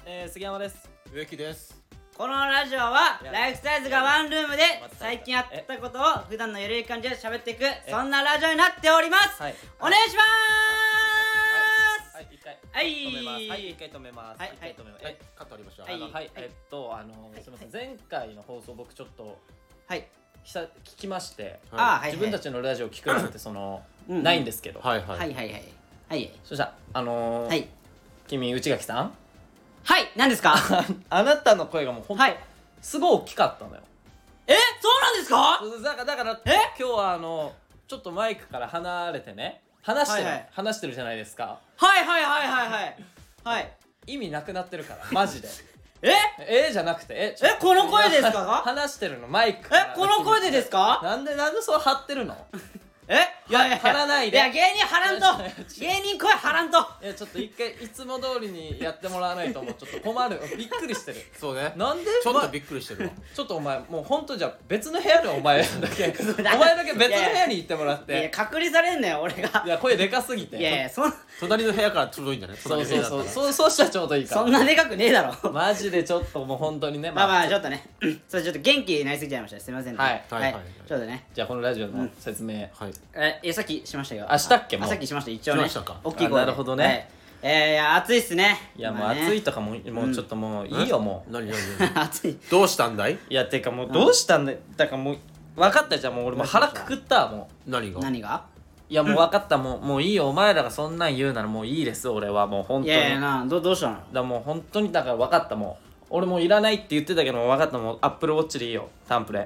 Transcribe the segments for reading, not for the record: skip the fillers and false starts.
杉山です。 植木です。 このラジオはライフサイズがワンルームで最近あったことを普段のゆるい感じで喋っていくそんなラジオになっております。お願いしまーす。 はい、一回はい止めます。はい、一回止めます。 はい一回止めます。 カットありました。 はいはい、すみません、前回の放送僕ちょっとはい聞きまして、 はい自分たちのラジオ聞くなんてないんですけど、 はいはいはいはいはいはいそしたらはい君内垣さん、 はい何ですか？ あなたの声がもう本当はいすごい大きかったのよ。 そうなんですか？ だから今日はちょっとマイクから離れてね話してるじゃないですか。 はいはいはいはいはいはい。 意味なくなってるからマジで。じゃなくてこの声ですか？ 話してるのマイクから。 この声でですか？ なんでそう張ってるの？ いや張らないで。 いや芸人張らんと芸人声張らんと。 いやちょっと一回いつも通りにやってもらわないともうちょっと困る。びっくりしてる。 そうね。 なんでちょっとびっくりしてるわ。 ちょっとお前もうほんとじゃ別の部屋でお前だけ別の部屋に行ってもらっいやて。 隔離されんなよ俺が。 いや声でかすぎて。 いや隣の部屋から届いんじゃない？ そうしたらちょうどいいから。 そんなでかくねえだろ。 マジでちょっともう本当にね。 まあちょっとねそれちょっと元気になりすぎちゃいましたすみませんね。 はいちょっとね。 じゃあこのラジオの説明。 さっきしましたよ。 したっけもう。 さっきしました一応ね。大きい声で。 なるほどね。 いや暑いっすね。 いやもう暑いとかもうちょっともういいよもう。 何暑い。 どうしたんだい？ いやてかもうどうしたんだだからもう分かったじゃん。もう俺もう腹くくったもう。 何が？ いやもう分かったもういいよお前らがそんなん言うならもういいです俺はもう本当に。 いやいやどうしたの？ だもう本当にだから分かったもう俺もういらないって言ってたけど分かったもうアップルウォッチでいいよタンプレ。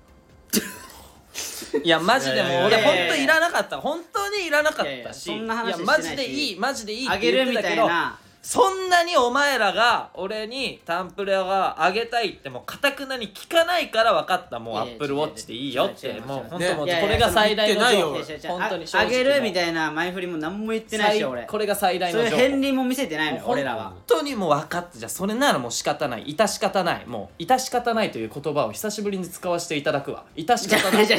いやマジでもう俺本当にいらなかった本当にいらなかったし、いやマジでいいって言ってたけどそんなにお前らが俺にタンプレがあげたいってもう堅くなに聞かないから分かったもうアップルウォッチでいいよってもう本当もうこれが最大の本当にあげるみたいな前振りも何も言ってないし俺これが最大の情報そういう片鱗も見せてないの俺らは本当にもう分かってじゃあそれならもう仕方ない致し方ないもう致し方ないという言葉を久しぶりに使わせていただくわ致し方ない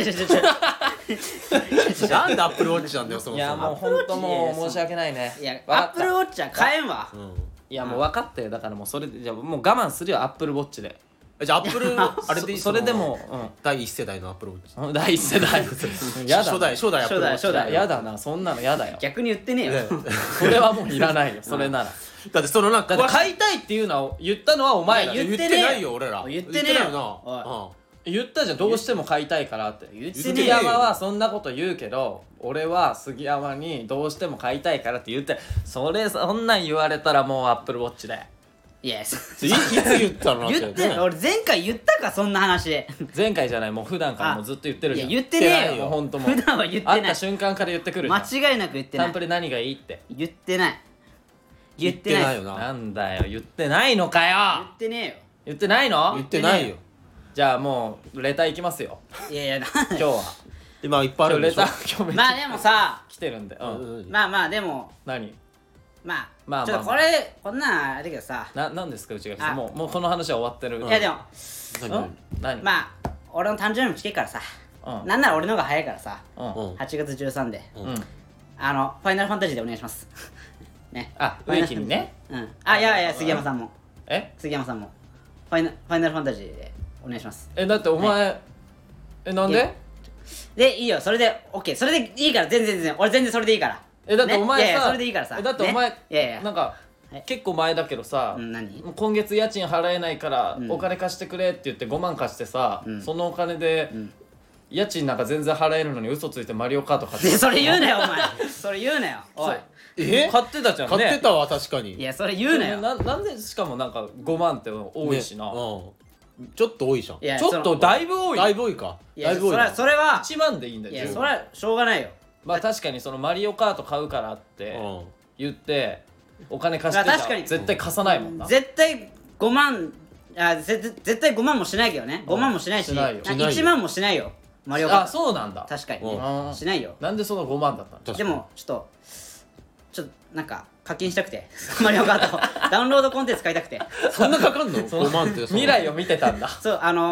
なんでアップルウォッチなんだよそもそも。 いやもう本当もう申し訳ないね。 いやアップルウォッチは買えんわ。 いやもう分かったよだからもうそれでじゃあもう我慢するよアップルウォッチで。 じゃあアップルあれでそれでも第一世代のアップルウォッチ。 第一世代やだ初代アップルウォッチ。 やだなそんなのやだよ。 逆に言ってねえよ。 それはもういらないよそれなら。 だってそのなんか買いたいっていうのは言ったのはお前ら。 言ってないよ俺ら。 言ってねえよな。 言ったじゃんどうしても買いたいからって言ってねえよ。 杉山はそんなこと言うけど俺は杉山にどうしても買いたいからって言ってそんなん言われたらもうアップルウォッチで。 いやいつ言ったの？ 言って俺前回言ったかそんな話で。 前回じゃないもう普段からもうずっと言ってるじゃん。 いや言ってねえよもう本当もう普段は言ってない。 会った瞬間から言ってくるじゃん。 間違いなく言ってない。 タンプレ何がいいって言ってない言ってないよな。 なんだよ言ってないのかよ。 言ってねえよ。 言ってないの？ 言ってないよ。 じゃあもうレターいきますよ。 いや今日は今いっぱいあるんでしょ。 レター今日まあでもさ来てるんで。 まあでも何？ まあちょっとこれこんなんあれだけどさなんですか内垣さんもうこの話は終わってる。 いやでも何？ まあ俺の誕生日も近いからさなんなら俺の方が早いからさ8月13でファイナルファンタジーでお願いしますね。 植木にね。 いや杉山さんも杉山さんもファイナルファンタジーでお願いします。 だってお前なんで？ でいいよそれで OK それでいいから全然俺全然それでいいから。 だってお前さそれでいいからさだってお前ねなんか結構前だけどさ何今月家賃払えないからお金貸してくれって言って5万貸してさそのお金で家賃なんか全然払えるのに嘘ついてマリオカート買ってそれ言うなよお前それ言うなよおい買ってたじゃんね。 買ってたわ確かに。 いやそれ言うなよ。 なんでしかもなんか5万って多いしな。 ちょっと多いじゃん。 ちょっとだいぶ多い。 だいぶ多いか。 いやそれは 1万でいいんだよ。 いやそれはしょうがないよ。 まあ確かにそのマリオカート買うからって言ってお金貸して確かに絶対貸さないもんな。 絶対5万絶対5万もしないけどね。5万もしないし1万もしないよマリオカート。 そうなんだ。 確かにしないよ。 なんでその5万だったの？ でもちょっとなんか課金したくてマリオカートダウンロードコンテンツ買いたくて。 そんなかかんの？5万って未来を見てたんだ。 そう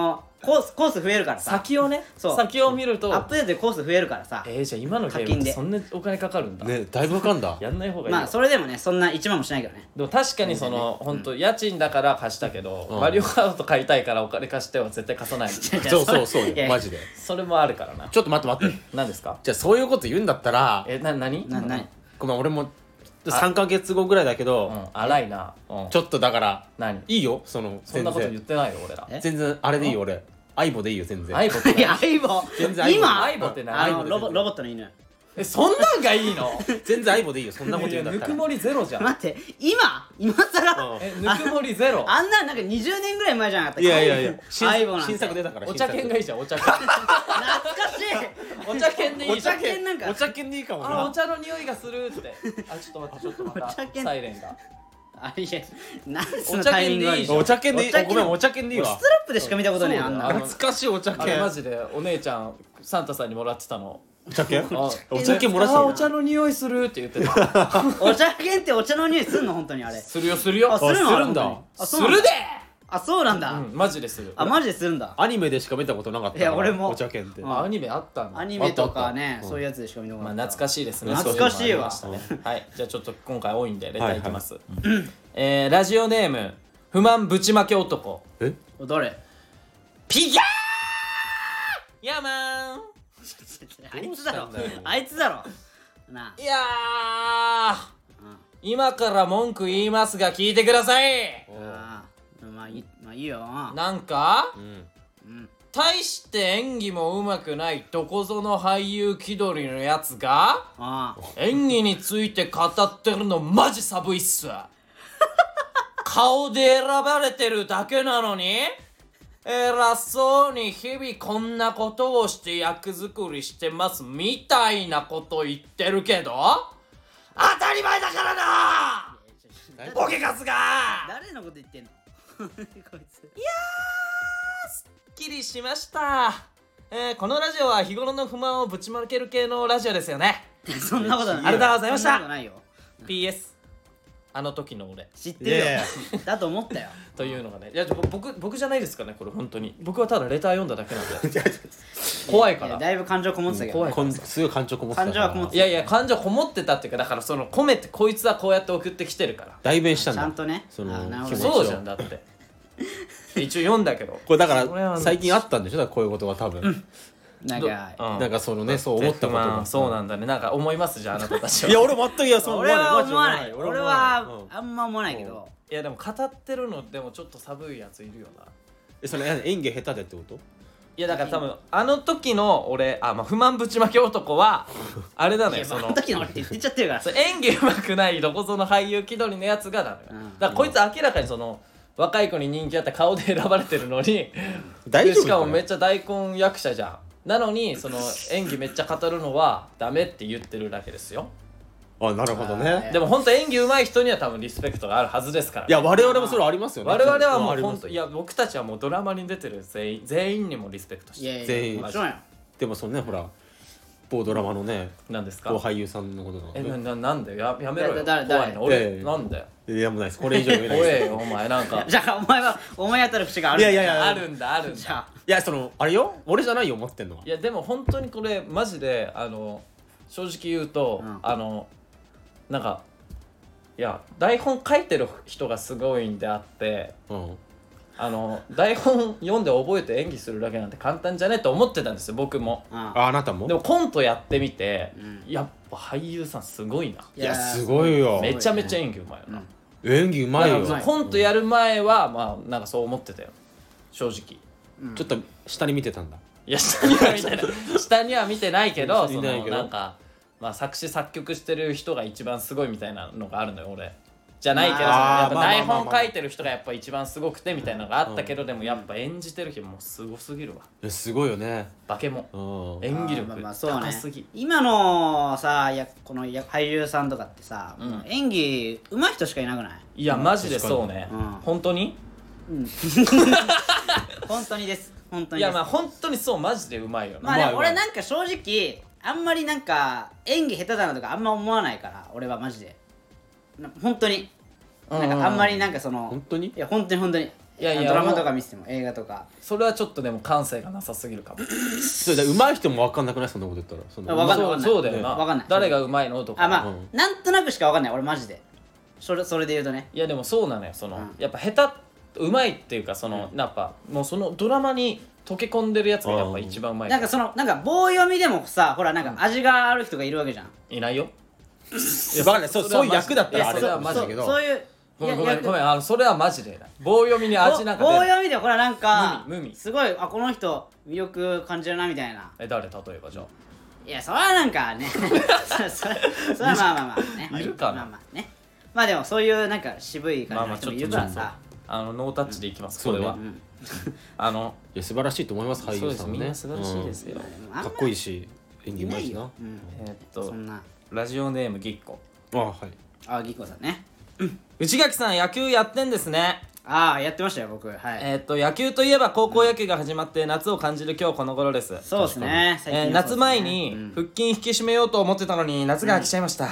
コース増えるからさ、 先をね、 そう先を見るとアップデートでコース増えるからさ、 じゃあ今のゲームってそんなお金かかるんだね、だいぶかかんだ。 やんない方がいいよ。 まあそれでもねそんな1万もしないけどね。 でも確かにその本当家賃だから貸したけど、マリオカート買いたいからお金貸しては絶対貸さないもんそうそうそういやよ、マジで。 それもあるからな。 ちょっと待って待って。 何ですか？ じゃあそういうこと言うんだったら、 何？ ごめん、俺も3ヶ月後ぐらいだけど、 荒いな。 ちょっとだから、 何？ いいよ、 そんなこと言ってないよ俺ら。 全然あれでいいよ、俺。相棒でいいよ、全然。 相棒っていや相棒全然相棒今相棒って何？ ロボットの犬。 そんなんがいいの？ 全然相棒でいいよ、そんなこと言うんだっぬたら。 くもりゼロじゃん。 待って今更ぬくもりゼロ。 あんなんか20年ぐらい前じゃなかったっけ？ いやいやいや、 相棒なんて新作出たから。 お茶犬がいいじゃん、お茶犬。 懐かしいお茶犬でいいじゃん。 お茶犬なんかお茶犬でいいかもおな。 茶の匂いがするって。ちょっと待ってお茶犬サイレンが。 いやなんでそのタイミング悪いお茶犬でいい。 お茶犬ごめん、お茶犬でいいわスト。ラップでしか見たことねえあんなそうだよ懐かしいお茶あれマ犬。 ジでお姉ちゃんサンタさんにもらってたの。 お茶犬あお茶犬もらしたのお茶の匂いするって言ってた。 お茶犬ってお茶の匂いすんの本当にあれ？ するよするよ。 あするの？ するんだ本当にあそうなんだするで。 あそうなんだマジでする。 あマジでするんだ。 アニメでしか見たことなかったから。 いや俺もお茶犬って。 うんアニメあったんだ。 アニメとかねあったそういうやつでしか見たことまあない。 懐かしいですね。 懐かしいわそううのもありましたね。はい、じゃあちょっと今回多いんでレターいきます。ラジオネーム不満ぶちまけ男。 え誰？ ピギャー。ヤーマン。 あいつだろどうしたんだよあいつだろなあ。 いや今から文句言いますが聞いてください。 あまあいいよ。 なんかうん大して演技も上手くないどこぞの俳優気取りのやつがあ演技について語ってるのマジ寒いっす。顔で選ばれてるだけなのに偉そうに日々こんなことをして役作りしてますみたいなこと言ってるけど当たり前だからなボケカスが誰のこと言ってんのこいつ。 すっきりしました。このラジオは日頃の不満をぶちまける系のラジオですよね。 そんなことない。 ありがとうございましたそんなことないよ。 PS あの時の俺知ってるよいやいやだと思ったよ。 というのがね、いや僕じゃないですかねこれ本当に。僕はただレター読んだだけなんで怖いから。 だいぶ感情こもってたけどね。 怖いすごい感情こもってたから。 感情はこもっていやいや感情こもってたっていうかだからその込めてこいつはこうやって送ってきてるから。 代弁したんだ。 ちゃんとねそのあなるほどね気持ちをそうじゃんだって一応読んだけどこれだかそれはら最近あったんでしょ、だからこういうことが多分。 なんかなんかそのね、そう思ったことまあが。 そうなんだね。なんか思いますじゃああなたたちは。 いや、俺全くいや、そう俺は思わマジでない俺はあんま思わないけどいやでも語ってるのでもちょっと寒いやついるよな。 その演技下手でってこと？ いやだから多分あの時の俺まあ不満ぶちまけ男はあれだねそのあの時の俺って言ってちゃってるからそう演技上手くないどこぞの俳優気取りのやつがだめ、だからこいつ明らかにその若い子に人気あって顔で選ばれてるのに大丈夫しかもめっちゃ大根役者じゃん。なのにその演技めっちゃ語るのはダメって言ってるだけですよ。 あ、なるほどね。 でも本当演技上手い人には多分リスペクトがあるはずですから、 いや、我々もそれありますよね。 我々はもうあります本当いや僕たちはもうドラマに出てる全員にもリスペクトしていやいや全員もちろんよでもそのね、ほら、某ドラマのね、 なんですか某俳優さんのことが。 なんでやめろよ誰怖いの俺なんだよいや、もうないです。これ以上言えない怖です。 えよお前なんかじゃあお前は思い当たる節があるいやいやいやあるんだじゃあいや、その、あれよ、俺じゃないよ、思ってんのは。 いやでも本当にこれマジで正直言うと、なんかいや台本書いてる人がすごいんであってうん。 台本読んで覚えて演技するだけなんて簡単じゃねって思ってたんですよ僕も。 あなたもでもコントやってみて、やっぱ俳優さんすごいな。 いや、すごいよ。 めちゃめちゃ演技うまいよな、 演技うまいよ。 だからコントやる前はまあなんかそう思ってたよ正直。 ちょっと下に見てたんだ。 いや下には見てない下には見てないけど見てないけどなんか、まあ、作詞作曲してる人が一番すごいみたいなのがあるのよ俺じゃないけど、やっぱ台本書いてる人がやっぱ一番すごくてみたいなのがあったけど、でもやっぱ演じてる人もすごすぎるわ。 いや、すごいよね。 バケモン演技力そうね高すぎ。 今のさこの俳優さんとかってさ、もう演技上手い人しかいなくない？ いやマジでそうね、本当に本当にです本当にです。 いやまあ本当にそうマジでうまいよな。 まあでも俺なんか正直あんまりなんか演技下手だなとかあんま思わないから俺はマジで本当になんかあんまりなんかその本当にいや本当にいやドラマとか見てても映画とかそれはちょっとでも感性がなさすぎるかもそうだ上手い人も分かんなくないそんなこと言ったら分かんないそうだよな分かんない誰が上手いのとかまあなんとなくしか分かんない俺マジでそれで言うとねいやでもそうなのよやっぱ下手上手いっていうかやっぱもうそのドラマに溶け込んでるやつがやっぱ一番上手いなんか棒読みでもさほらなんか味がある人がいるわけじゃんいないよいや分かんないそういう役だったらあれそれはマジだけどそういうごめんそれはマジでない棒読みに味なんか棒読みでほらなんか無味すごいこの人魅力感じるなみたいな誰例えばじゃあいやそれはなんかねそれはまあねいるかなまあねまあでもそういうなんか渋い感じの人もいるからさノータッチでいきますこれはいや素晴らしいと思います俳優さんみんな素晴らしいですよかっこいいし演技うまいしなそんなラジオネームぎっこはいぎっこさんね内垣さん野球やってんですねやってましたよ僕野球といえば高校野球が始まって夏を感じる今日この頃ですそうですね夏前に腹筋引き締めようと思ってたのに夏が来ちゃいました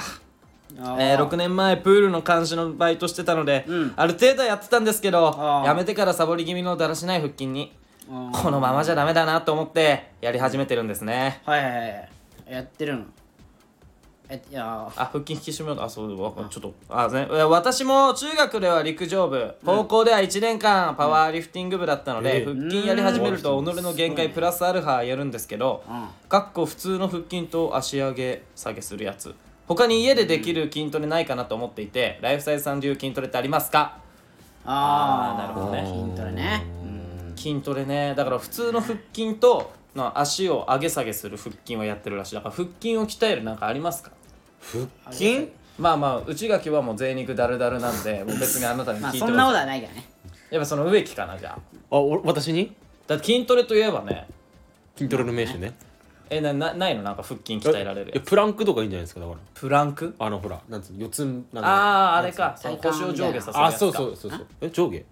6年前プールの監視のバイトしてたのである程度やってたんですけどやめてからサボり気味のだらしない腹筋にこのままじゃダメだなと思ってやり始めてるんですねはいやってるの腹筋引き締めようとちょっと私も中学では陸上部高校では1年間パワーリフティング部だったので腹筋やり始めると己の限界プラスアルファやるんですけど普通の腹筋と足上げ下げするやつ他に家でできる筋トレないかなと思っていてライフサイズさん流筋トレってありますかなるほどね筋トレね筋トレねだから普通の腹筋と足を上げ下げする腹筋をやってるらしいだから腹筋を鍛えるなんかありますか腹筋まあ内垣はもう贅肉だるだるなんでもう別にあなたに聞いてそんなことはないけどねやっぱその植木かなじゃあ私にだって筋トレといえばね筋トレの名手ねないのなんか腹筋鍛えられるやつプランクとかいいんじゃないですかだからプランクほらなんつうの四つあれかその腰を上下させるやつかそう上下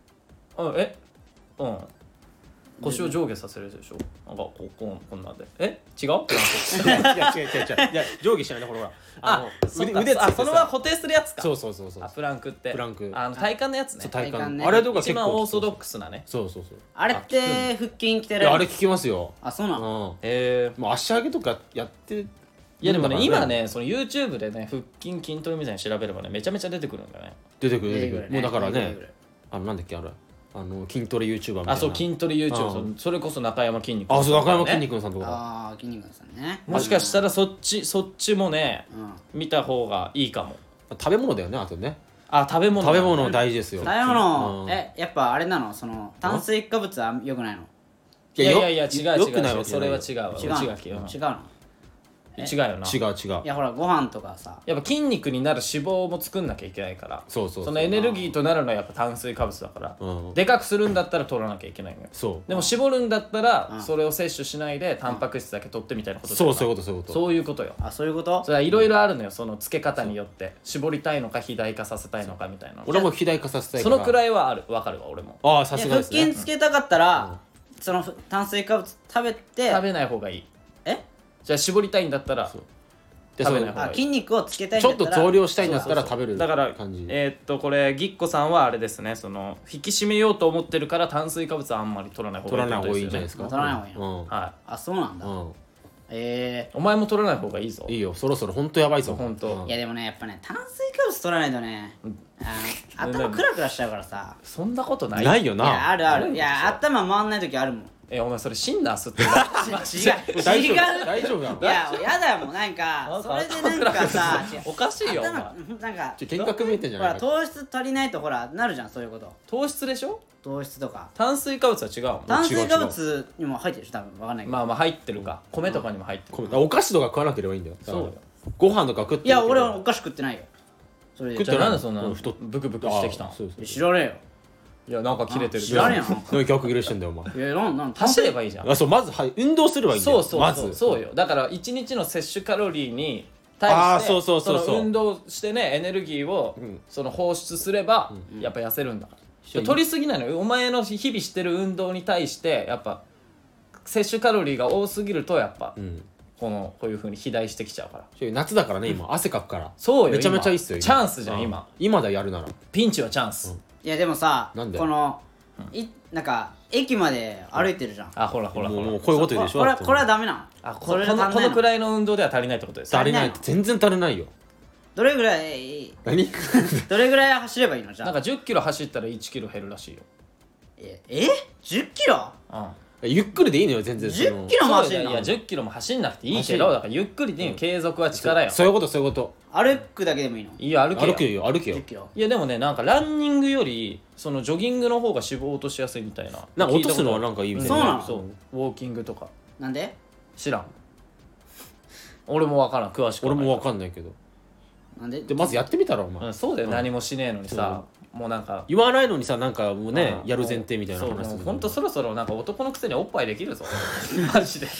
腰を上下させるでしょなんかこんなんで違う違ういや上下しないねほら腕つけてそのまま固定するやつかそうプランクって体幹のやつね体幹ねあれとか一番オーソドックスなねそうあれって腹筋鍛えられるあれ聞きますよそうなのもう足上げとかやっていやでもね今ねその YouTube でね腹筋筋トレみたいに調べればねめちゃめちゃ出てくるんだね出てくるもうだからねなんだっけ筋トレ YouTuber みたいなそう筋トレ YouTuber それこそ中山筋肉さん中山筋肉さんとか筋肉さんねもしかしたらそっちもね見た方がいいかも食べ物だよねあとね食べ物大事ですよ食べ物やっぱあれなの炭水化物は良くないのいや違うそれは違うわ違うの違うよな違ういやほらご飯とかさやっぱ筋肉になる脂肪も作んなきゃいけないからそのエネルギーとなるのはやっぱ炭水化物だからでかくするんだったら取らなきゃいけないのよでも絞るんだったらそれを摂取しないでタンパク質だけ取ってみたいなことそういうことよそういうことそれはいろいろあるのよその付け方によって絞りたいのか肥大化させたいのかみたいな俺も肥大化させたいからそのくらいはある分かるわ俺もさすがですね腹筋つけたかったらその炭水化物食べない方がいいじゃあ絞りたいんだったら食べない方がいい筋肉をつけたいんだったらちょっと増量したいんだったら食べるだから感じこれぎっこさんはあれですね引き締めようと思ってるから炭水化物はあんまり取らない方がいいんじゃないですか取らない方がいいのそうなんだお前も取らない方がいいぞいいよそろそろ本当やばいぞ本当いやでもねやっぱね炭水化物取らないとね頭クラクラしちゃうからさそんなことないないよなあるいや頭回んない時あるもんお前それシンナー吸って違う大丈夫やいやだよもうなんかそれでなんかさおかしいよお前なんか見学見えてんじゃないほら糖質足りないとほらなるじゃんそういうこと糖質でしょ糖質とか炭水化物は違うもん炭水化物にも入ってるでしょ多分分かんないけどまあ入ってるか米とかにも入ってるお菓子とか食わなければいいんだよそうよご飯とか食っていや俺はお菓子食ってないよそれでじゃあなんでそんなブクブクしてきたん知らねえよいやなんか切れてる知らねえよ何逆切れしてんだよお前いやなん走ればいいじゃんそうまず運動すればいいんだよそうよだから1日の摂取カロリーに対してその運動してねエネルギーをその放出すればやっぱ痩せるんだから取りすぎないのよお前の日々してる運動に対してやっぱ摂取カロリーが多すぎるとやっぱこういう風に肥大してきちゃうから夏だからね今汗かくからそうよめちゃめちゃいいっすよチャンスじゃん今だヤるならピンチはチャンスいやでもさなんでこのなんか駅まで歩いてるじゃん。 あ、ほらほらほら、 もうこういうこと言うでしょ。 これはダメなの？ あ、このくらいの運動では足りないってことですか？ 足りない、全然足りないよ。 どれぐらい何どれぐらい走ればいいの？じゃあなんか10キロ走ったら1キロ減るらしいよ。 10キロ？ うん、 ゆっくりでいいのよ、全然。 10キロも走るの？ いや10キロも走んなくていいけど、だからゆっくりでいいの。継続は力よ。 そういうことそういうこと。 歩くだけでもいいの？ いいよ、歩けよ。 歩けよ歩けよ。 10キロ。 いやでもね、なんかランニングよりそのジョギングの方が脂肪を落としやすいみたいな。 なんか落とすのはなんかいいみたいな。 そうなの？ そう、ウォーキングとか。 なんで？ 知らん。俺も分からん、詳しくはない。 俺も分かんないけど。 なんで？ でまずやってみたらお前。 そうだよ、何もしねえのにさ、もうなんか言わないのにさ、なんかもうね、やる前提みたいな話する。 そう、ほんとそろそろなんか男のくせにおっぱいできるぞマジで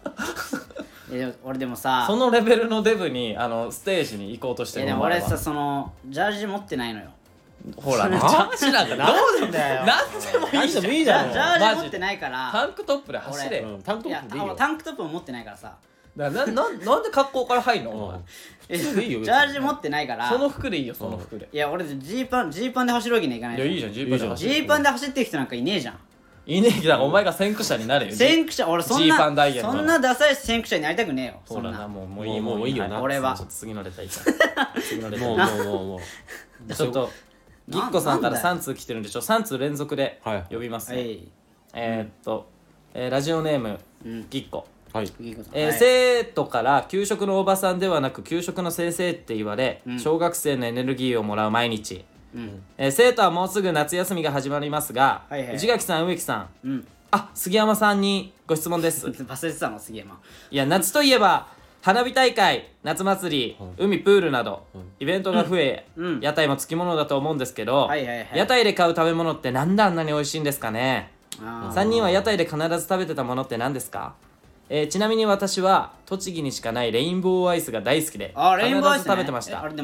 俺でもさ、 そのレベルのデブにステージに行こうとしてる。 でも俺さ、そのジャージ持ってないのよ。 ほら、ジャージなんかどうなんだよ。なんでもいいじゃん。 いいじゃん。 ジャージ持ってないから。 タンクトップで走れ。 タンクトップでいいよ。 タンクトップも持ってないからさ。 なんで格好から入んの？ ジャージ持ってないから。 その服でいいよ、その服で。 いや俺ジーパンで走るわけにはいかない。 いや、いいじゃん、ジーパンで走る。 ジーパンで走ってる人なんかいねえじゃん。 いねえけど、お前が先駆者になれよ。 先駆者、俺そんなダサい先駆者になりたくねえよ。 そうだな、もういいもういいよな。 俺はちょっと次のレターいい次のレターもうちょっとぎっこさんから3通来てるんで、3通連続で呼びますね。ラジオネームぎっこ。生徒から給食のおばさんではなく給食の先生って言われ、小学生のエネルギーをもらう毎日。生徒はもうすぐ夏休みが始まりますが、内垣さん、植木さん、杉山さんにご質問です。 忘れてたの、杉山。 いや、夏といえば花火大会、夏祭り、海プールなどイベントが増え、屋台もつきものだと思うんですけど、屋台で買う食べ物ってなんであんなに美味しいんですかね。3人は屋台で必ず食べてたものって何ですか？ちなみに私は栃木にしかないレインボーアイスが大好きで必ず食べてました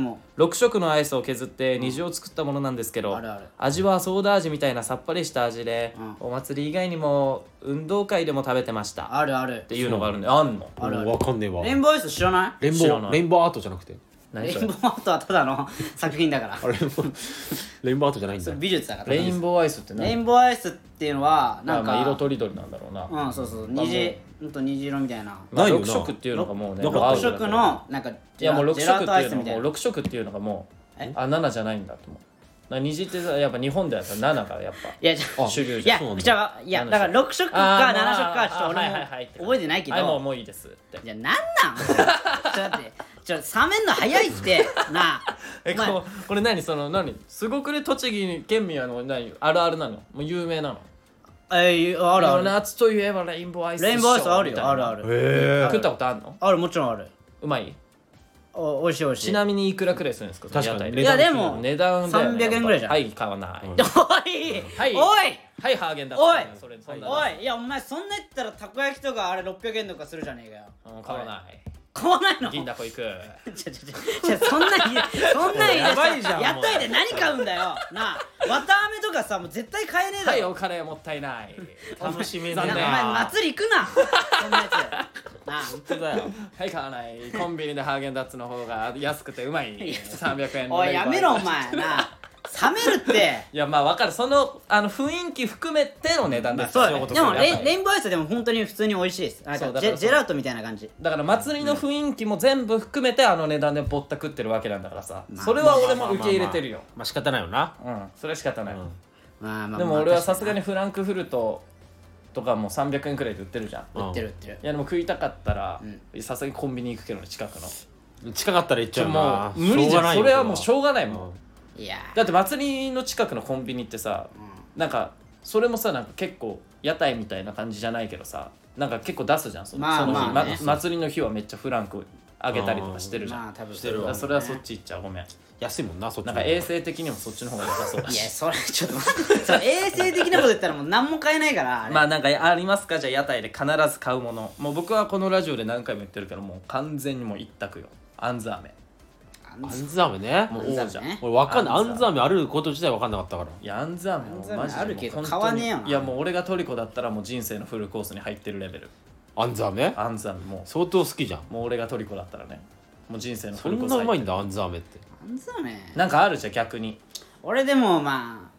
。6色のアイスを削って虹を作ったものなんですけど、味はソーダ味みたいなさっぱりした味で、お祭り以外にも運動会でも食べてました。っていうのがあるんで。あんの？ わかんねえわ。 レインボーアイス知らない？ レインボーアートじゃなくて、 レインボーアートはただの作品だから。 レインボーアートじゃないんだ。 美術だから。 レインボーアイスって何？ レインボーアイスっていうのはなんか色とりどりなんだろうな。 そうそう、虹色みたいな。 6色っていうのがもうね、 6色のなんかジェラートアイスみたいな。6色っていうのがもう7じゃないんだと思う。虹ってさ、やっぱ日本ではさ7がやっぱ主流じゃん。 いやだから6色か7色かちょっと俺も覚えてないけど。 もういいですって。 じゃあなんなん？ちょっと待って。冷めんの早いってなあ。 これ何すごくね、栃木県民は何あるあるなの？もう有名なの？ ある。 夏といえばレインボーアイス。 レインボーアイスあるよ。ある。 食ったことあるの？ ある、もちろんある。 うまい？ おいしいおいしい。 ちなみにいくらくらいするんですか？ 確かに。 いやでも値段 300円ぐらいじゃん。 はい、買わない。 おいはい、ハーゲンダッツ。 おい、いやお前そんな言ったらたこ焼きとかあれ600円とかするじゃねえかよ。 買わない。 買わないの？ 銀だこ行く。 そんなんやばいじゃん。 屋台で何買うんだよなあ。綿あめとかさ、もう絶対買えねえだろ。 はい、お金もったいない。 楽しみだな。お前祭り行くなそんなやつなあ。 本当だよ。はい、買わない。コンビニでハーゲンダッツの方が安くてうまい。300円の。 おいやめろお前なあ。冷めるって。 いやまあ分かる、その雰囲気含めての値段です。 そうでもレインボーアイスでも本当に普通に美味しいです。ジェラートみたいな感じだから、祭りの雰囲気も全部含めて値段でぼったくってるわけなんだからさ、それは俺も受け入れてるよ。 まあ仕方ないよな。 それは仕方ない。でも俺はさすがにフランクフルトとかも300円くらいで売ってるじゃん。 売ってる。 いやでも食いたかったらさすがにコンビニ行くけどね、近くの。 近かったら行っちゃうな。 もう無理じゃん。それはもうしょうがないもん。 いやだって祭りの近くのコンビニってさ、なんかそれもさ、なんか結構屋台みたいな感じじゃないけどさ、なんか結構出すじゃん。その日祭りの日はめっちゃフランクあげたりとかしてるじゃん。 してるわ。 それはそっち行っちゃう。ごめん。 安いもんな、そっち。 なんか衛生的にもそっちの方が良さそうだし。 いやそれちょっと衛生的なこと言ったらもう何も買えないから。 まあなんかありますか？じゃあ屋台で必ず買うもの。もう僕はこのラジオで何回も言ってるけど、もう完全にもう一択よ。あんず飴。 あんず飴ね。 もう王者。 俺わかんない。あんず飴あること自体わかんなかったから。 いやあんず飴もマジであるけど買わねえよな。 いやもう俺がトリコだったらもう人生のフルコースに入ってるレベル。 あんず飴？ あんず飴もう相当好きじゃん。 もう俺がトリコだったらね、もう人生のフルコース。 そんなうまいんだ、あんず飴って。 あんず飴なんかあるじゃん逆に。 俺でもまあた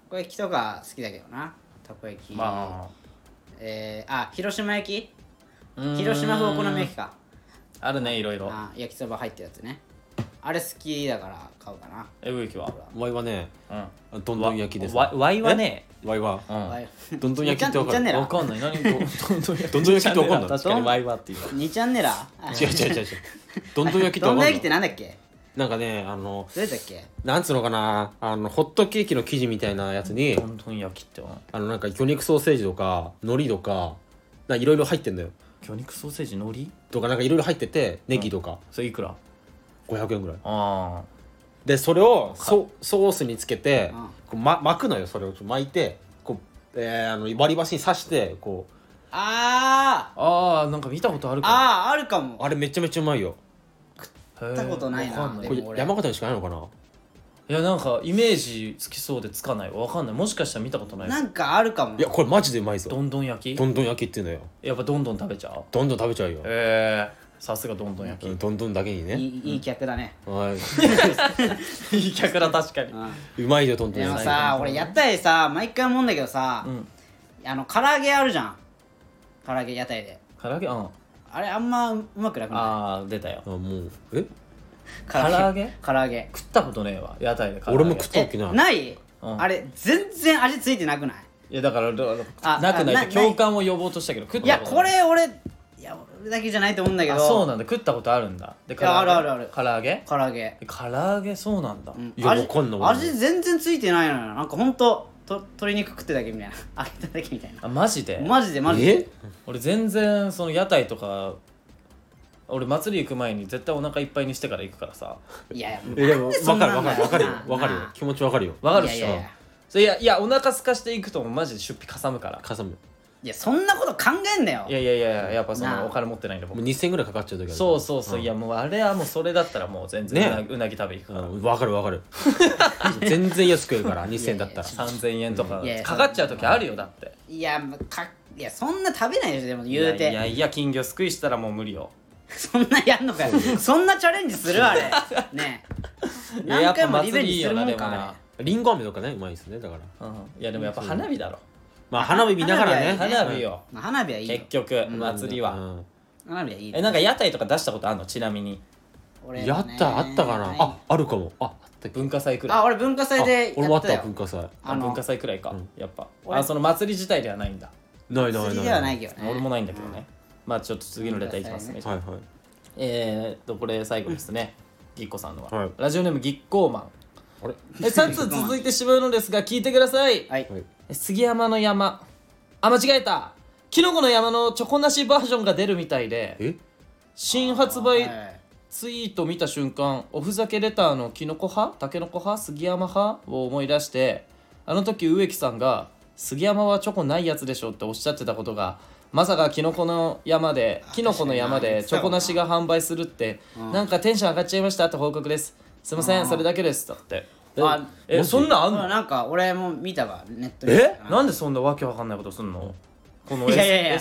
こ焼きとか好きだけどな。たこ焼き、 ま広島焼き、広島風お好み焼きか。 あるね、いろいろ。 焼きそば入ってるやつね。あれ好きだから買うかな。 植木はワイはね、どんどん焼きです。 ワイはね、 ワイはどんどん焼きって 2チャンネルわかんない。何どんどん焼きってわかんない。 確かにワイはっていう。 2チャンネル違うどんどん焼きってわかんない。 どんどん焼きってなんだっけ。 なんかねどうやったっけ。 なんつうのかな、ホットケーキの生地みたいなやつにどんどん焼きってなんか魚肉ソーセージとか海苔とかいろいろ入ってんだよ。 魚肉ソーセージ、海苔とかなんかいろいろ入ってて、ネギとかそれいくら 500円ぐらいあで、それをソースにつけてこう、巻くのよ。それを巻いてこう、割り箸に刺してこうなんか見たことあるかも。 あるかも。 あれめちゃめちゃうまいよ。 食ったことないな。 これ山形にしかないのかな。 いや、なんかイメージつきそうでつかないわ。わかんない。もしかしたら見たことない。 なんかあるかも。 いやこれマジでうまいぞ。 どんどん焼き、 どんどん焼きっていうのよ。 やっぱどんどん食べちゃう。 どんどん食べちゃうよ。 さすがどんどん焼き。 どんどんだけにね。 いい客だね。 いい客だ、確かに。 うまいよどんどんでも焼き。 さ、俺屋台さ毎回思うんだけどさ、唐揚げあるじゃん。唐揚げ屋台で。 唐揚げ、 あれあんまうまくなくな出たよ。 もう唐揚げ食ったことねえわ、屋台で唐揚げ。 俺も食ったわけない。 ない。あれ全然味ついてなくない。 いやだからなくないって共感を呼ぼうとしたけど食ったことない。 いやこれ俺だけじゃないと思うんだけど。 そうなんだ。食ったことあるんだ。で、 ある唐揚げ唐揚げそうなんだ。 いやわかんない。 味全然ついてないのよ。なんかほんと鶏肉食ってだけみたいな、揚げただけみたいな。 マジで俺全然その屋台とか、俺祭り行く前に絶対お腹いっぱいにしてから行くからさ。 いやでも分かるよ、気持ち分かるよ。 分かるっしょ。いやお腹空かしていくとマジで出費かさむから。 いやそんなこと考えんなよ。 いややっぱそのお金持ってないんで僕もう2000円ぐらいかかっちゃう時ある。 そう、いやもうあれはもうそれだったらもう全然うなぎ食べ行くから。 分かる全然安く食えるから2000円だったら 3000円とかかかっちゃう時あるよ。だっていやそんな食べないでしょ。でも言うていや金魚すくいしたらもう無理よ。 そんなやんのかよ。そんなチャレンジするあれねえ。何回もリベンジするもんか。 りんご飴とかねうまいですね。だからいやでもやっぱ花火だろ。 まあ花火見ながらね。 花火よ。 花火はいいよ結局祭りは。 花火はいい。 なんか屋台とか出したことあるの？ちなみにやったあったかな。あるかも。 文化祭くらい。 俺文化祭でやったよ。 俺もあった文化祭。 文化祭くらいか。やっぱその祭り自体ではないんだ。 ない祭りではないけどね。 俺もないんだけどね。まあちょっと次のレターいきますね。これ最後ですね。ぎっこさんのはラジオネームぎっこーマン。3つ続いてしまうのですが聞いてください。杉山の山、間違えた、きのこの山のチョコなしバージョンが出るみたいで、新発売ツイート見た瞬間、おふざけレターのきのこ派、たけのこ派、杉山派を思い出して、あの時植木さんが杉山はチョコないやつでしょっておっしゃってたことが、まさかきのこの山でチョコなしが販売するって、なんかテンション上がっちゃいましたって報告です。すいません、それだけですだって。そんなんあんの？ なんか俺も見たわ、ネットで。なんでそんなわけわかんないことすんの？この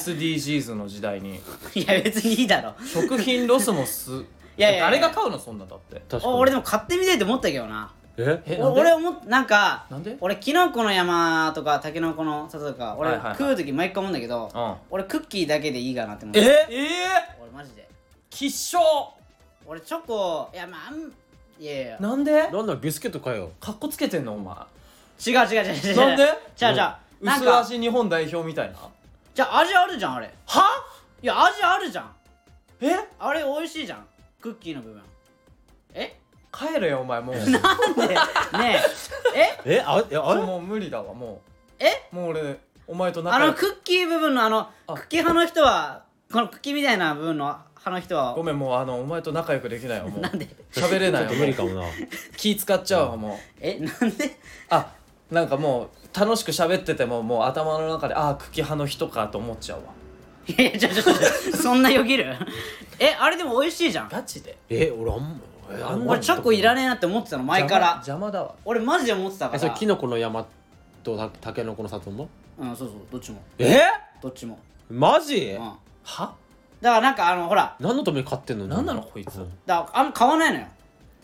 SDGs の時代に。 いや別にいいだろ。 食品ロスも誰が買うのそんなだって。 俺でも買ってみたいと思ったけどな。なんか俺キノコの山とかタケノコの里とか俺食う時毎回思うんだけど、俺クッキーだけでいいかなって思って。俺マジできっしょ。 俺チョコいやなんでビスケット買えよ。 かっこつけてんのお前。 違うなんで？ じゃあ薄味日本代表みたいな。 じゃあ味あるじゃんあれ。いや味あるじゃん。あれ美味しいじゃん、クッキーの部分。 帰れよお前もう。 なんでねえもう無理だわもう。もう俺お前と仲良く。 クッキー部分のクッキー派の人は、このクッキーみたいな部分の派の人はごめん、もうお前と仲良くできないよもう。 なんで喋れないよ。 無理かもな。 気使っちゃうわもう。 なんでなんかもう楽しく喋っててももう頭の中でクッキー派の人かと思っちゃうわ。 いやちょそんなよぎる？あれでも美味しいじゃん。 ガチで？ 俺チョコいらねえなって思ってたの前から。 邪魔だわ。 俺マジで思ってたから。 それキノコの山とタケノコの里も？ そうどっちも。どっちも。 マジ？ は？だからなんかほら。 何のために買ってんの？ 何なのこいつ。 だからあんま買わないのよ。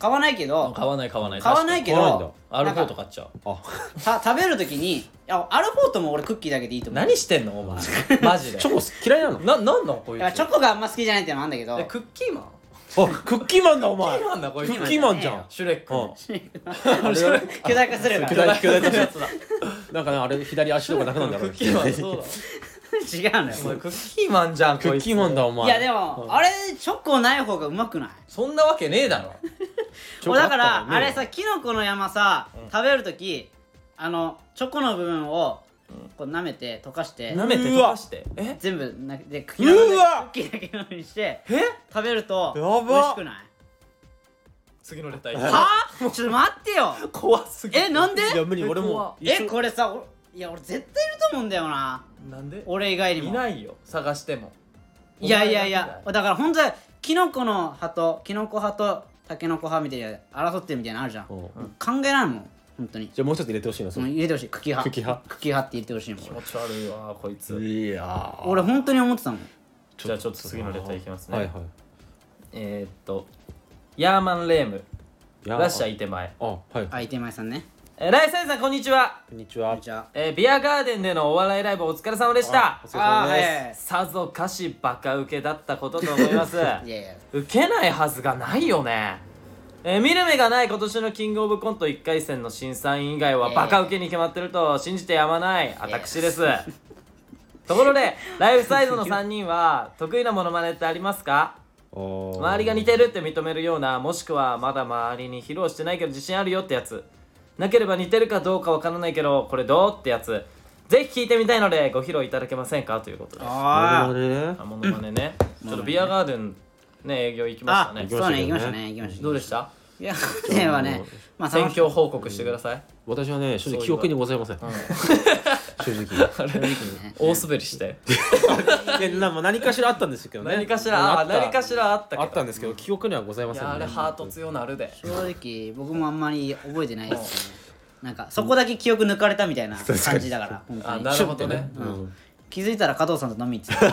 買わないけど買わないけどアルフォート買っちゃう。 食べるときにアルフォートも俺クッキーだけでいいと思う。 何してんのお前マジでチョコ嫌いなの？ なんのこいつ。 チョコがあんま好きじゃないっていうのもあるんだけど。 クッキーマン？ クッキーマンだお前。 クッキーマンだこいつ。 クッキーマンじゃん。 シュレック。 巨大化するから。 巨大化するやつだ。なんかねあれ左足とかなくなるんだろう。 クッキーマンそうだ。 違うのよ。 お前クッキーマンじゃんこいつ。 クッキーマンだお前。 いやでもあれチョコない方がうまくない？ そんなわけねえだろ。 だからあれさキノコの山さ食べるときチョコの部分をこう舐めて溶かして全部でクッキーだけのようにして食べると美味しくない？ 次のレターはぁ？ちょっと待ってよ。 怖すぎ。 なんで？ いや無理俺も。 これさ俺絶対いると思うんだよな。 なんで？ 俺以外にもいないよ探しても。 いやだから本当はキノコの葉とキノコ派とタケノコ派みたいな争ってるみたいなのあるじゃん。考えないもん本当に。 じゃあもう一つ入れてほしいな。 入れてほしい。茎派って言ってほしいもん。 気持ち悪いわこいつ。 いや俺本当に思ってたもん。 じゃあちょっと次のレターいきますね。 はいはいヤーマンレームラッシャーいてまえ。 いてまえさんね。 ライサイさんこんにちは。 こんにちは。 ビアガーデンでのお笑いライブお疲れ様でした。 お疲れ様です。さぞかしバカウケだったことと思います。ウケないはずがないよね。見る目がない今年のキングオブコント1回戦の審査員以外はバカウケに決まってると信じてやまない私です。ところでライフサイズの3人は得意なモノマネってありますか？周りが似てるって認めるような、もしくはまだ周りに披露してないけど自信あるよってやつ、なければ似てるかどうかわからないけどこれどうってやつ、ぜひ聞いてみたいのでご披露いただけませんかということです。モノマネね。ちょっとビアガーデンね営業行きましたね。 そうね行きましたね。 どうでした？ ビアガーデンはね戦況報告してください。 私はね正直記憶にございません。正直大滑りして何かしらあったんですけどね。 何かしらあったんですけど記憶にはございません。 あれハート強なるで。 正直僕もあんまり覚えてないですね。なんかそこだけ記憶抜かれたみたいな感じだから本当に。 なるほどね。 気づいたら加藤さんと飲み行ってた。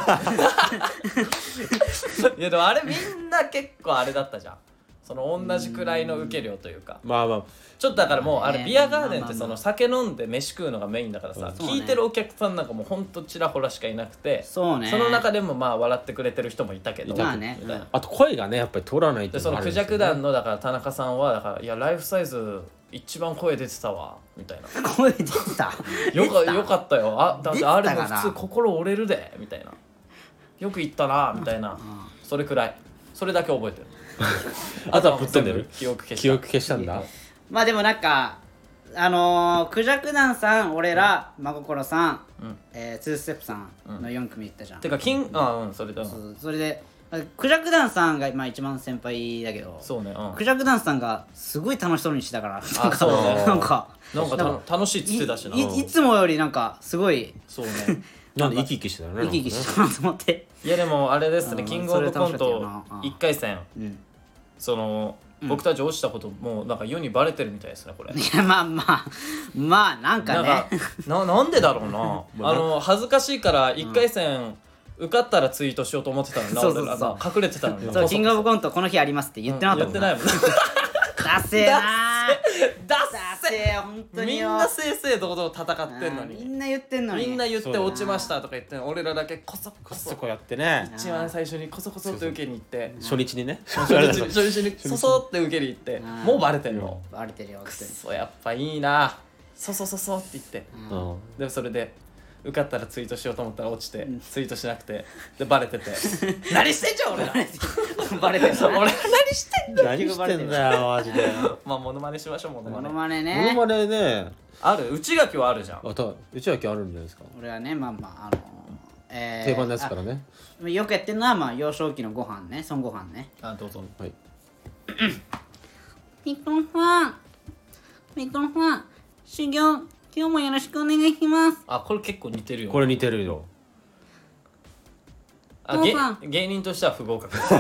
いやでもあれみんな結構あれだったじゃん。その同じくらいの受け量というか、 まあちょっとだからもうあれビアガーデンってその酒飲んで飯食うのがメインだからさ、聞いてるお客さんなんかもうほんとちらほらしかいなくて、その中でもまあ笑ってくれてる人もいたけど、 あと声がねやっぱり通らないっていうのがあるんですよね。そのクジャク団のだから田中さんはだからいやライフサイズ一番声出てたわみたいな。 声出てたよかったよ。だってあれも普通心折れるでみたいな、よく言ったなみたいな、それくらい、それだけ覚えてる。 あとはぶっ飛んでる。 記憶消したんだ。 まあでもなんかクジャク団さん、俺ら、真心さん、2ステップさんの4組いったじゃん。 てかそれでクジャク団さんが一番先輩だけど、 そうね、 クジャク団さんがすごい楽しそうにしてたから、 なんか楽しいっつってたしな。 いつもよりなんかすごい、 そうね。 なんで生き生きしてたね。 生き生きしてたなと思って。 いやでもあれですね、キングオブコント1回戦、その僕たち落ちたこともうなんか世にバレてるみたいですねこれ。 いやまあなんかね。 なんでだろうな。恥ずかしいから1回戦受かったらツイートしようと思ってたのにな、俺ら隠れてたのに。 そう、キングオブコントこの日ありますって言ってなかったもん。 言ってないもん。 ダセーなー。ダセー、本当に。 みんな正々堂々戦ってんのに。 みんな言ってんのに。 みんな言って落ちましたとか言ってんの、俺らだけコソコソやってね。 一番最初にコソコソって受けに行って、 初日にね。 初日にソソって受けに行って、もうバレてんの。 バレてるよ。くそやっぱいいな。ソソって言って。でもそれで。受かったらツイートしようと思ったら落ちて、ツイートしなくて、でバレてて何してんじゃん俺ら。バレてる。俺何してんだよ。 何してんだよマジで。 まあモノマネしましょう。モノマネね。 モノマネね。 ある。内垣はあるじゃん。 内垣あるんじゃないですか。 俺はね定番ですからね。 よくやってるのは幼少期のご飯ね、孫悟飯ね。 どうぞ。 はい。 ミコンファン修行今日もよろしくお願いします。 これ結構似てるよ。 これ似てるよ。 芸人としては不合格です。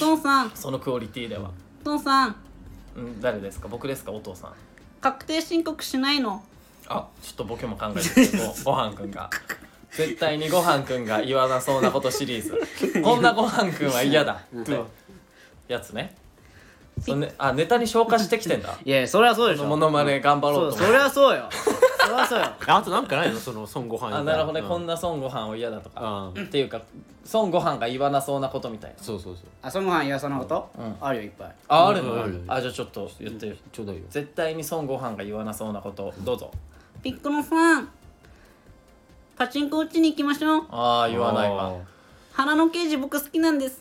父さん。 そのクオリティでは。 父さん。 誰ですか？僕ですか？お父さん。 確定申告しないの？ ちょっとボケも考えてる。ごはんくんが。絶対にごはんくんが言わなそうなことシリーズ。こんなごはんくんは嫌だってやつね。 ネタに消化してきてんだ。 いやそれはそうでしょ。 モノマネ頑張ろうと。 それはそうよ。それはそうよ。 あとなんかないのその孫悟飯。 なるほどね。こんな孫悟飯を嫌だとかっていうか孫悟飯が言わなそうなことみたいな。 そうそうそう。 孫悟飯言わそうなことあるよいっぱい。 あるの。じゃあちょっと言ってよ。 ちょうだいよ。 絶対に孫悟飯が言わなそうなことどうぞ。 ピッコロさんパチンコ打ちに行きましょう。 ああ言わないわ。 花の刑事僕好きなんです。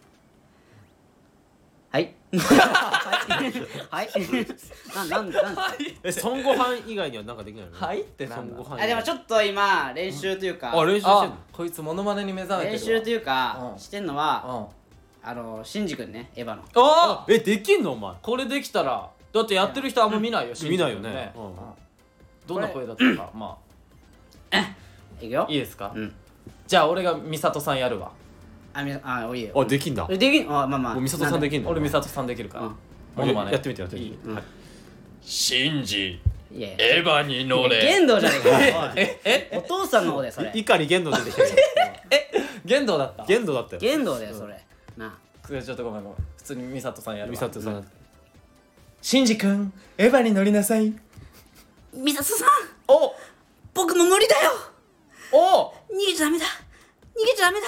はいはいなん孫悟飯以外にはなんかできないの？ はいってなんだ。 でもちょっと今練習というか練習してんの？ こいつモノマネに目覚めてるわ。 練習というかしてんのはシンジ君ねエヴァの。 できんのお前？ これできたらだってやってる人あんま見ないよ。 見ないよね。 どんな声だったかまあいくよ。 いいですか？じゃあ俺が美里さんやるわ。 おいいよ。 できんだ。 できん。まあまあ美里さんできんの？ 俺美里さんできるからモノマネやってみて。 シンジエヴァに乗れ。 玄道じゃねえか。お父さんの方でそれ。 碇玄道出てきた。 玄道だった。 玄道だったよ。 玄道だよそれな。 ちょっとごめん普通に美里さんやるわ。 美里さん。 シンジ君エヴァに乗りなさい。 美里さん僕も無理だよ。逃げちゃダメだ。逃げちゃダメだ。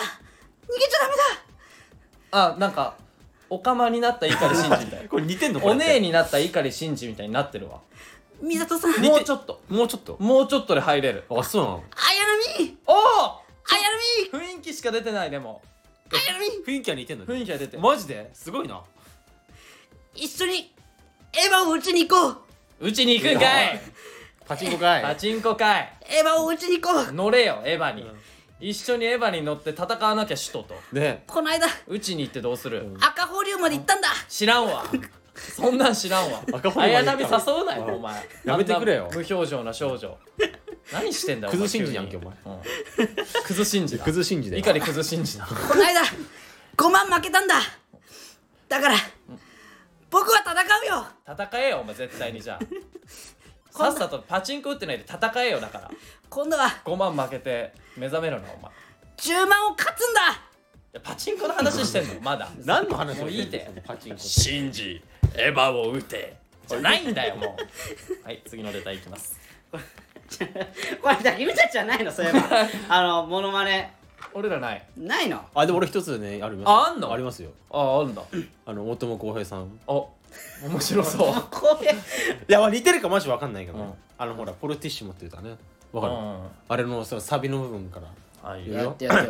なんかおかまになった碇シンジみたいな。 これ似てんの？ お姉になった碇シンジみたいになってるわ。 美里さんもうちょっとで入れる。 あ、そうなの？ 綾波雰囲気しか出てないでも。 雰囲気は似てんの？ 雰囲気は出てる。 マジで？すごいな。 一緒にエヴァを打ちに行こう。 打ちに行くんかい。 パチンコかい。 パチンコかい。 エヴァを打ちに行こう。 乗れよエヴァに。一緒にエヴァに乗って戦わなきゃ首都と。 ね。 この間打ちに行ってどうする？ 赤保留まで行ったんだ。 知らんわ。そんなん知らんわ。綾波誘うなよお前。 やめてくれよ。 無表情な少女。何してんだよ。 クズ信じやんけお前。 クズ信じだ。 クズ信じだ。 碇クズ信じだ。 この間5万負けたんだ。だから僕は戦うよ。 戦えよお前絶対に。じゃあさっさとパチンコ打ってないで戦えよ。だから今度は 5万負けて目覚めるなお前。 10万を勝つんだ。 パチンコの話してんのまだ。 何の話？ もういいってパチンコ。 信じエヴァを打てじゃないんだよもう。はい次のレターいきます。 これだけ見たじゃないの？そういえばモノマネ俺らないの？ でも俺一つねあります。 あんの？ ありますよ。 あるんだ。 大友康平さん。 面白そう。 いや似てるかマジわかんないけど、ほらポルティッシモって言うたね。わかる？あれのサビの部分からやってよ。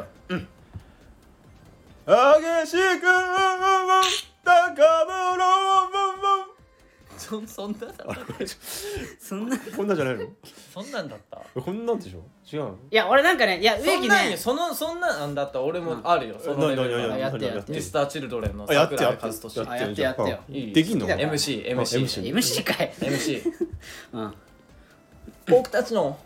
激しく高ぶろう。 そんなだった。 こんなんじゃないの？ そんなんだった。 こんなんでしょ？違うの？ いや俺なんかね、いや植木ね、 そんなんだったら俺もあるよ。そのレベルからやってミスターチルドレンのやって桜井和寿。 やってよ。 できんの ？MC かい。 僕たちの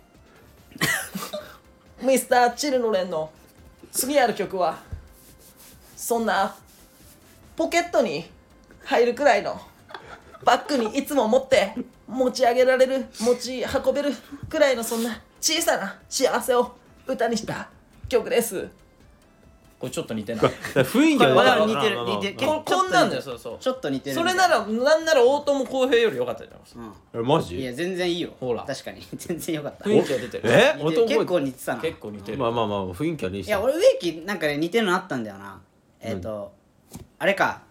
ミスターチルドレンの次やる曲はそんなポケットに入るくらいのバッグにいつも持って持ち上げられる、持ち運べるくらいのそんな小さな幸せを歌にした曲です。これちょっと似てない？ 雰囲気は似てる。 こんなんだよ。そうちょっと似てる。 それならなんなら大友康平より良かったじゃん。 マジ？ いや全然いいよ。 ほら確かに全然良かった。 雰囲気は出てる。 結構似てたな。 結構似てる。 まあ雰囲気はね。いや俺植木なんかね似てるのあったんだよな。あれか。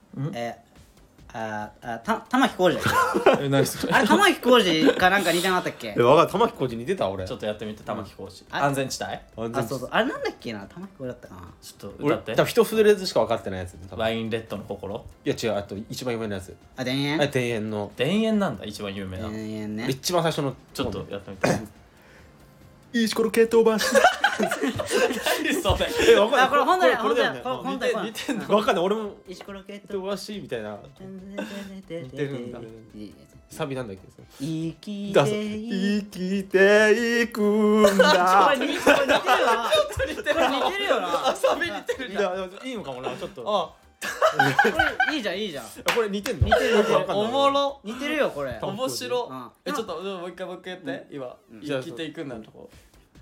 玉置浩二だっけ？ 何それ？ あれ玉置浩二かなんか似てなかったっけ？ わかる。玉置浩二似てた俺。 ちょっとやってみて。玉置浩二。安全地帯？ そうあれなんだっけな。玉置浩二だったかな。 ちょっと歌って。 多分一フレーズしか分かってないやつ。 ワインレッドの心？ いや違う。あと一番有名なやつ。 田園？ 田園の。 田園なんだ一番有名な。 田園ね。 一番最初のちょっとやってみて。 石ころ蹴飛ばし。 何それ？ これ本当だよ。 似てんの？分かんない。俺も石ころ蹴飛ばしみたいな。似てるんだ。サビなんだっけ？ 生きていくんだ。 これ似てるよな。 サビ似てるじゃん。 いいのかもなちょっと。 これいいじゃん。 これ似てんの？ おもろ。 似てるよこれ。 面白。ちょっともう一回やって。今生きていくんだとこ。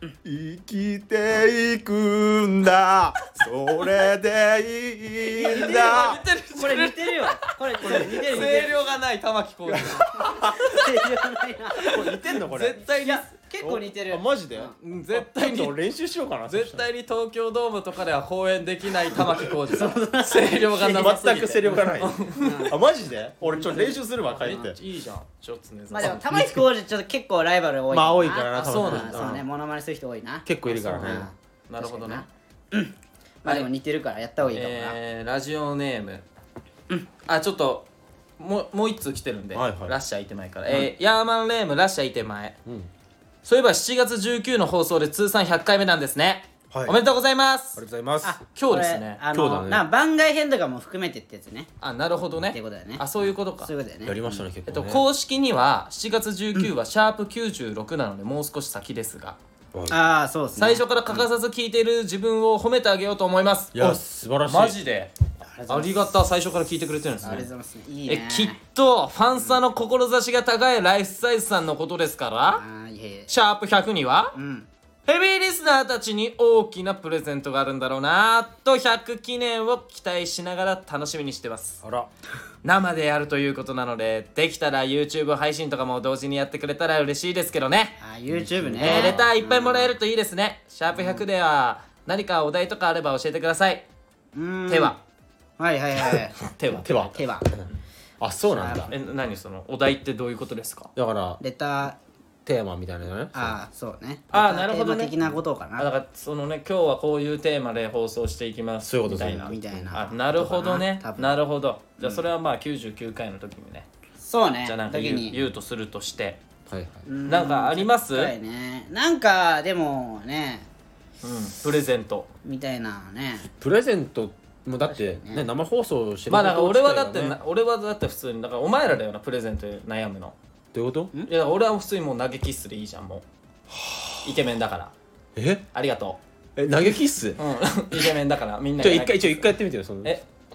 生きていくんだそれでいいんだこれ似てるよこれ似てる声量がない玉置浩二声量ないなこれ似てんのこれ絶対に結構似てるマジで絶対に練習しようかな絶対に東京ドームとかでは公演できない玉置浩二さん声量がなさすぎて全く声量がないあマジで俺ちょっと練習するわ帰っていいじゃんちょっとねまあでも玉置浩二ちょっと結構ライバル多いまあ多いからなそうなんだそうねモノマネする人多いな結構いるからねなるほどねまあでも似てるからやった方がいいかもなラジオネームちょっともう一通来てるんでラッシャーいて前からヤーマンネームラッシャーいて前そういえば7月19の放送で通算100回目なんですねおめでとうございますありがとうございます今日ですね今日だね番外編とかも含めてってやつねなるほどねってことだよねそういうことかそういうことだよねやりましたね結構ね公式には7月19はシャープ96なのでもう少し先ですがそうですね最初から欠かさず聞いている自分を褒めてあげようと思いますいや素晴らしいマジでありがた最初から聞いてくれてるんですねありがとうございますいいねきっとファンサの志が高いライフサイズさんのことですからシャープ100にはヘビーリスナーたちに大きなプレゼントがあるんだろうなと100記念を期待しながら楽しみにしてますあら生でやるということなのでできたら YouTube 配信とかも同時にやってくれたら嬉しいですけどね YouTube ねレターいっぱいもらえるといいですねシャープ100では何かお題とかあれば教えてください手ははい手はそうなんだ何そのお題ってどういうことですかだからレターテーマみたいなねそうねなるほどねテーマ的なことかなだからそのね今日はこういうテーマで放送していきますそういうことみたいななるほどねなるほどじゃあそれはまあ99回の時にねそうねじゃあなんか言うとするとしてなんかありますなんかでもねプレゼントみたいなねプレゼントもだってね生放送してるまあだから俺はだって普通にだからお前らだよなプレゼントで悩むのどういうこといや俺は普通にもう投げキッスでいいじゃんもうイケメンだからありがとう投げキッスイケメンだからみんな一回やってみてよそのうわ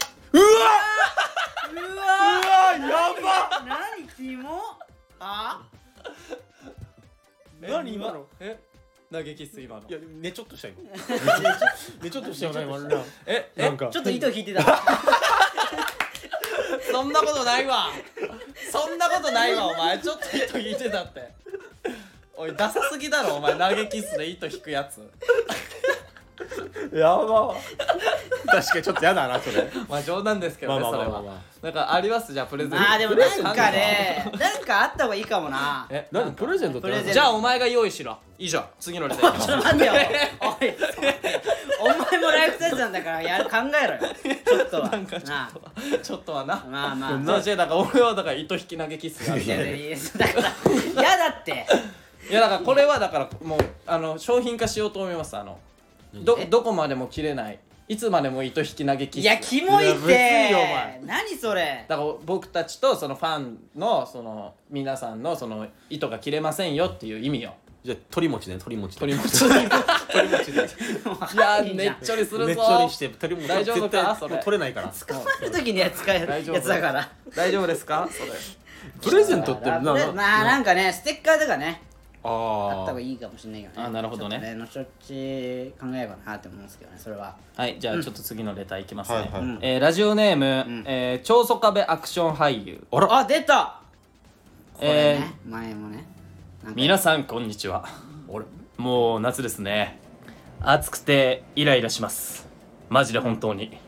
やば何キモ何今の投げキッス今のいやねちょっとしたよねちょっとしたよな今のなんかちょっと糸引いてたそんなことないわそんなことないわお前ちょっと糸引いてたっておいダサすぎだろお前投げキッスで糸引くやつやば確かにちょっとやだなそれまあ冗談ですけどねそれはなんかありますじゃあプレゼントでもなんかねなんかあった方がいいかもな何プレゼントってじゃあお前が用意しろいいじゃん次のレターちょっと待ってよお前もライフサイズなんだから考えろよちょっとはなんかちょっとはなまあだから俺はだから糸引き投げキッスがあるだから嫌だっていやだからこれはだからもう商品化しようと思いますどこまでも切れないいつまでも糸引き投げキッスいやキモいって何それだから僕たちとそのファンのその皆さんのその糸が切れませんよっていう意味よじゃあ鳥餅ね鳥餅でいやめっちゃりするぞめっちゃりして鳥餅大丈夫かそれ取れないから捕まる時には使えるやつだから大丈夫ですかそれプレゼントってなんかねステッカーとかねあった方がいいかもしれないけどねなるほどね後々考えればなって思うんですけどねそれははいじゃあちょっと次のレターいきますねラジオネーム長曽壁アクション俳優出たこれね前もね皆さんこんにちはもう夏ですね暑くてイライラしますマジで本当に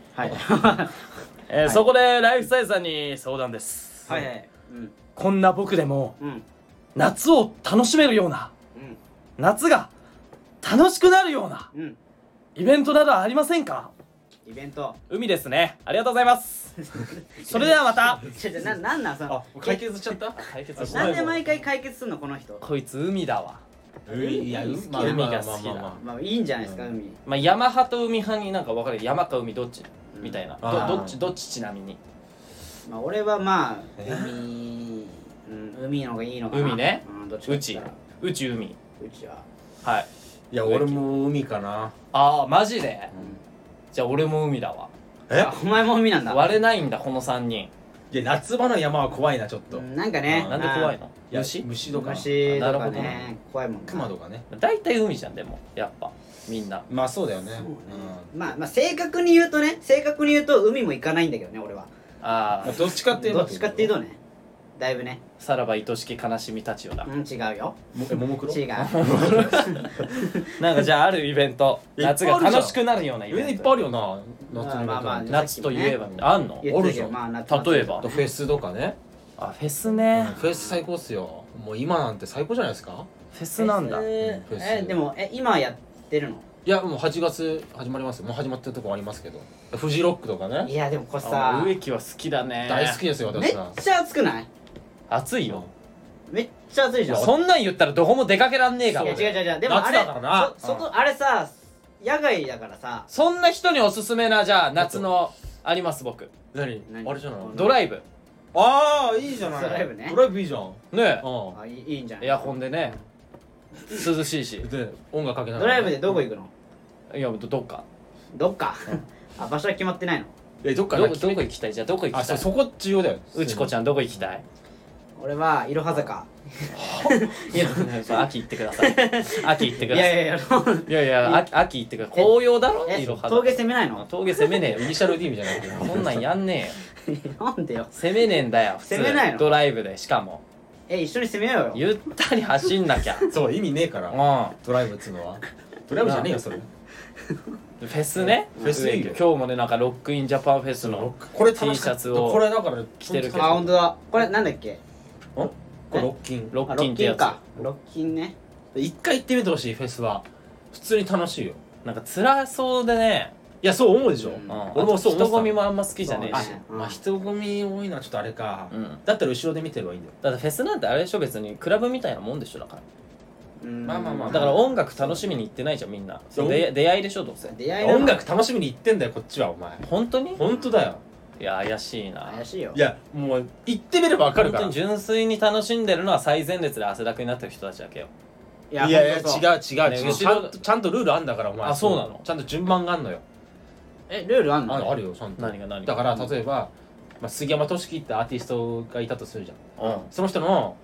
そこでライフサイズさんに相談ですこんな僕でも夏を楽しめるような夏が楽しくなるようなイベントなどありませんかイベント海ですねありがとうございますそれではまたなんなんその解決しちゃったなんで毎回解決すんのこの人こいつ海だわいや海が好きだまあいいんじゃないですか海まあ山派と海派になんか分かる山か海どっちみたいなどっちちなみにまあ俺はまあ海の方がいいのかな海ね海うち海ははいいや俺も海かなマジでじゃあ俺も海だわお前も海なんだ割れないんだこの3人いや夏場の山は怖いなちょっと。 なんかね。 なんで怖いの？ 虫とか虫とかね怖いもん。 熊とかね。 大体海じゃんでもやっぱみんな。 まあそうだよね。 まあ正確に言うと海も行かないんだけどね俺は。 ああどっちかっていうとねだいぶね。 さらば愛しき悲しみたちよだ。 違うよ。 ももクロ？ 違う。 なんかじゃああるイベント、夏が楽しくなるようなイベントいっぱいあるよな。 夏といえばあんの？ あるじゃん。 例えばフェスとかね。 あフェスね。 フェス最高っすよ。もう今なんて最高じゃないですか。 フェスなんだ。 でも今やってるの？ いやもう8月始まりますよ。もう始まってるとこありますけど、フジロックとかね。 いやでもこれさ植木は好きだね。 大好きですよ私は。 めっちゃ暑くない？ 暑いよ。 めっちゃ暑いじゃん。 そんなん言ったらどこも出かけらんねえから。 違うでもあれ夏だからな。あれさ野外だからさ。 そんな人におすすめなじゃあ夏のあります僕。 何あれじゃない？ ドライブ。 ああいいじゃない。 ドライブね。 ドライブいいじゃん。 ねえ。 あいいんじゃない。 エアコンでね。涼しいし。 で音楽かけながら。 ドライブでどこ行くの？ いやどっか。 あ場所は決まってないの？ どこ行きたい？じゃあどこ行きたい？ そこ重要だよ。 うちこちゃんどこ行きたい？ 俺はいろは坂。 秋行ってください。秋行ってください。いや秋行ってください。紅葉だろ？いろは峠攻めないの？ 峠攻めねえよ。 イニシャル D みたいな。 そんなんやんねえよ。なんでよ。 攻めねえんだよ。 攻めないの？ ドライブでしかも。 一緒に攻めようよ。 ゆったり走んなきゃ。 そう意味ねえから。ドライブっつうのは。ドライブじゃねえよそれ。 フェスね。 フェスいいよ。 今日もねなんかロックインジャパンフェスの T シャツをこれだから着てるけど。 あ本当だ。これなんだっけ？ これロッキン。 ロッキンってやつ。 ロッキンね。 一回行ってみてほしいフェスは。普通に楽しいよ。 なんか辛そうでね。 いやそう思うでしょ。俺もそう思った。 人混みもあんま好きじゃねえし。 まあ人混み多いのはちょっとあれか。だったら後ろで見てればいいんだよ。 だってフェスなんてあれでしょ別にクラブみたいなもんでしょだから。 まあだから音楽楽しみに行ってないじゃんみんな。出会いでしょどうせ。 音楽楽しみに行ってんだよこっちはお前。 本当に？ 本当だよ。 いや怪しいな。 怪しいよ。 いやもう行ってみれば分かるから。 本当に純粋に楽しんでるのは最前列で汗だくになってる人たちだけよ。 いや違うちゃんとルールあんだからお前。 あそうなの？ ちゃんと順番があんのよ。 ルールあんの？ あるよちゃんと。 何がだから例えば杉山俊樹ってアーティストがいたとするじゃん。その人の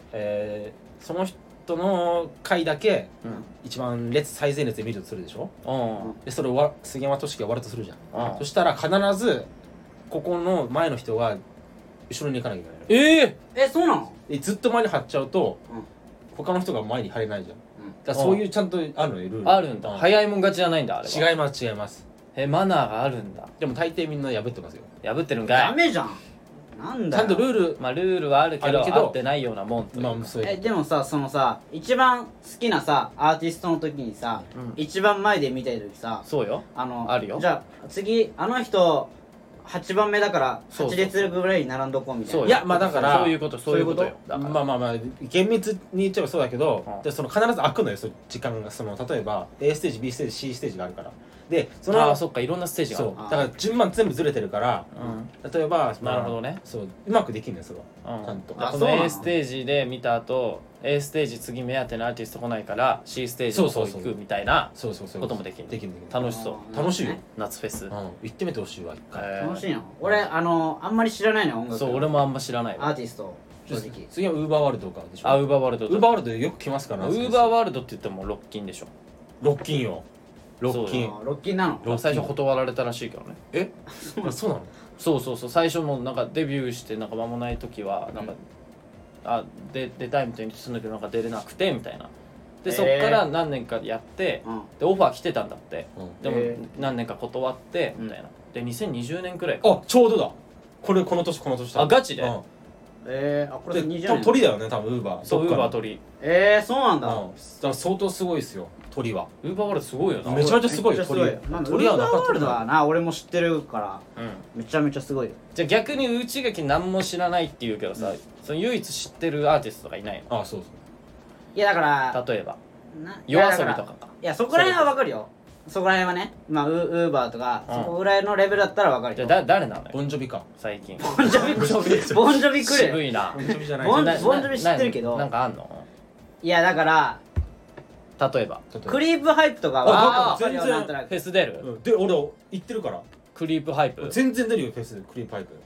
回だけ一番最前列で見るとするでしょ。でそれを杉山俊樹が終わるとするじゃん。そしたら必ずここの前の人が後ろに行かなきゃいけない。 そうなの？ ずっと前に張っちゃうと他の人が前に張れないじゃん。だからそういうちゃんとあるのよルール。 あるんだ。早いもん勝ちじゃないんだあれは。 違いますマナーがあるんだ。 でも大抵みんな破ってますよ。 破ってるんかい。 ダメじゃん。なんだよ。 ちゃんとルールルールはあるけど合ってないようなもんと。 でもさそのさ一番好きなさアーティストの時にさ一番前で見たい時さ。 そうよ。あるよ。 じゃあ次あの人8番目だから8列ぐらいに並んどこうみたいな。 いやまあだからそういうことよ。 まあ厳密に言っちゃえばそうだけどその必ず開くのよ時間が。例えば A ステージ B ステージ C ステージがあるから。でそっかいろんなステージがある。 だから順番全部ずれてるから例えばなるほどね。 そううまくできるんだよそれはちゃんと。 この A ステージで見た後 A ステージ次目当てのアーティスト来ないから C ステージの方行くみたいなこともできる。楽しそう。 楽しいよ夏フェス。 行ってみてほしいわ一回。 楽しいの？俺あんまり知らないの音楽。 そう俺もあんま知らないアーティスト正直。 次はウーバーワールドとかでしょ。 ウーバーワールド。 ウーバーワールドよく来ますから。 ウーバーワールドって言ってもロッキンでしょ。 ロッキンよ。ロッキンなの？ 最初断られたらしいけどね。 そうなの？ そう最初もなんかデビューしてなんか間もない時はなんか出たいみたいにするんだけどなんか出れなくてみたいな。でそっから何年かやってでオファー来てたんだって。でも何年か断ってみたいな。で2020年くらいか。 ちょうどだ。この年ガチで？ これ20年。 鳥だよね多分ウーバー。 そうウーバー鳥。 そうなんだ。 だから相当すごいですよ鳥は。 ウーバーワールドすごいよな。 めちゃめちゃすごいよ鳥。 ウーバーワールドはな俺も知ってるからめちゃめちゃすごいよ。 じゃあ逆に内垣何も知らないって言うけどさその唯一知ってるアーティストとかいないの？ そういやだから例えば夜遊びとかか。 いやそこら辺は分かるよ。そこら辺はねウーバーとかそこぐらいのレベルだったら分かるよ。 じゃあ誰なのよ？ ボンジョビか最近。 ボンジョビ来る。 渋いな。 ボンジョビじゃない。 ボンジョビ知ってるけどなんかあんの？ いやだから例えばクリープハイプとかは全然フェス出る？ で俺行ってるから。 クリープハイプ全然出るよフェスクリープハイプ。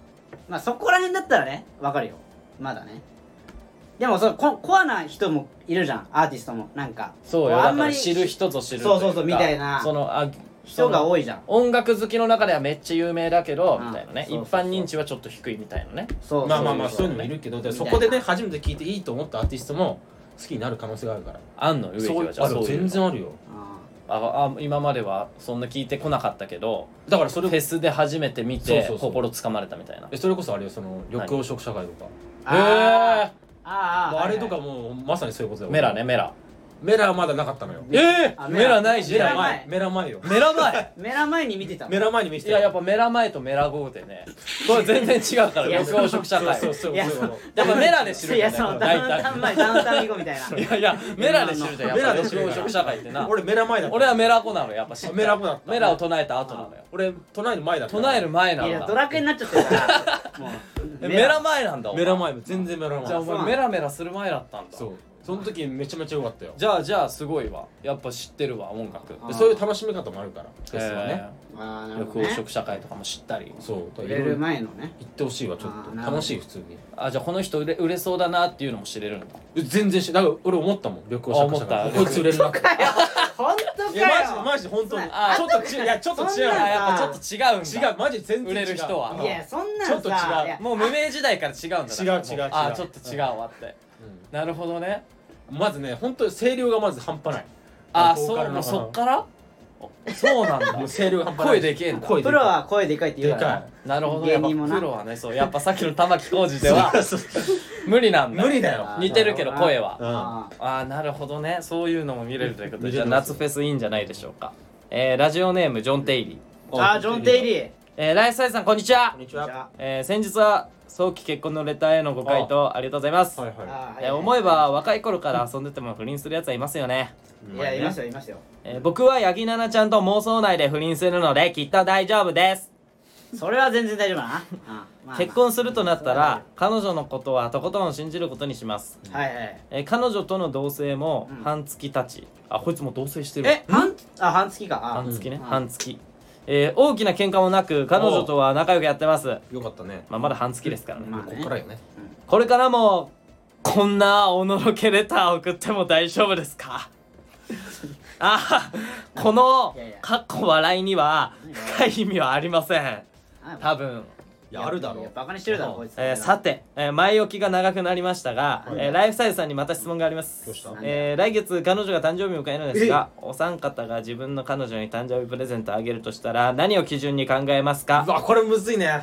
まあそこら辺だったらねわかるよまだね。でもコアな人もいるじゃんアーティストもなんかそうよだから知る人ぞ知るそうみたいな人が多いじゃん。 音楽好きの中ではめっちゃ有名だけどみたいなね一般認知はちょっと低いみたいなね。 まあそういうのもいるけどそこでね初めて聞いていいと思ったアーティストも好きになる可能性があるから。 あんの植木はじゃあそういう全然あるよ。 今まではそんな聞いてこなかったけどだからそれフェスで初めて見て心つかまれたみたいな。 それこそあれよその緑黄色社会とかへえあれとかもうまさにそういうことだよ。 メラねメラはまだなかったのよ。 メラない時代メラ前よ。 メラ前に見てたメラ前に見てた。 いややっぱメラ前とメラ後でねこれ全然違うから緑黄色社会そうやっぱメラで知るよね。ダウンタウン前ダウンタウン以後みたいな。 いやメラで知るじゃんやっぱ緑黄色社会ってな。 俺メラ前だった。 俺はメラ後なのやっぱメラ後だった。 メラを唱えた後なのよ。 俺唱える前だった。 唱える前なんだ。 いやドラクエになっちゃってるからもうメラ前なんだ。 メラ前全然メラ前。 じゃあお前メラメラする前だったんだ。 そうその時めちゃめちゃ良かったよ。 じゃあすごいわやっぱ知ってるわ音楽。 そういう楽しみ方もあるからフェスはね。 緑黄色社会とかも知ったり。 そう売れる前のね行ってほしいわちょっと楽しい普通に。 じゃあこの人売れそうだなっていうのも知れるんだ。 全然だから俺思ったもん緑黄色社会こいつ売れるなって。 本当かよ。 マジ本当にちょっと違うやっぱちょっと違うんだ。違うマジ全然売れる人は。 いやそんなんさちょっと違うもう無名時代から違うんだ。 違うちょっと違うわってなるほどね。 まずね本当に声量がまず半端ない。 そっからそうなんだ。 声量が半端ない。 声でけえんだ。 プロは声でかいって言うからなるほど。やっぱプロはねそうやっぱさっきの玉置浩二では無理なんだ。 無理だよ。 似てるけど声は。なるほどね。そういうのも見れるということでじゃあ夏フェスいいんじゃないでしょうか。ラジオネームジョン・テイリー。ジョン・テイリー。ライスサイさんこんにちは。 こんにちは。 先日は早期結婚のレターへのご回答ありがとうございます。思えば若い頃から遊んでても不倫するやつはいますよね。 いやいましたよ。 僕は八木奈々ちゃんと妄想内で不倫するのできっと大丈夫です。 それは全然大丈夫だな。 結婚するとなったら彼女のことはとことん信じることにします。彼女との同棲も半月経ちこいつも同棲してる。 半月か。 半月ね半月。大きな喧嘩もなく彼女とは仲良くやってます。 よかったね。 まだ半月ですからね。 ここからよね。 これからもこんなおのろけレター送っても大丈夫ですか？このかっこ笑いには深い意味はありません多分。 あるだろう。 バカにしてるだろこいつ。 さて、前置きが長くなりましたが、ライフサイズさんにまた質問があります。来月彼女が誕生日を迎えるのですがお三方が自分の彼女に誕生日プレゼントをあげるとしたら何を基準に考えますか？ これむずいね。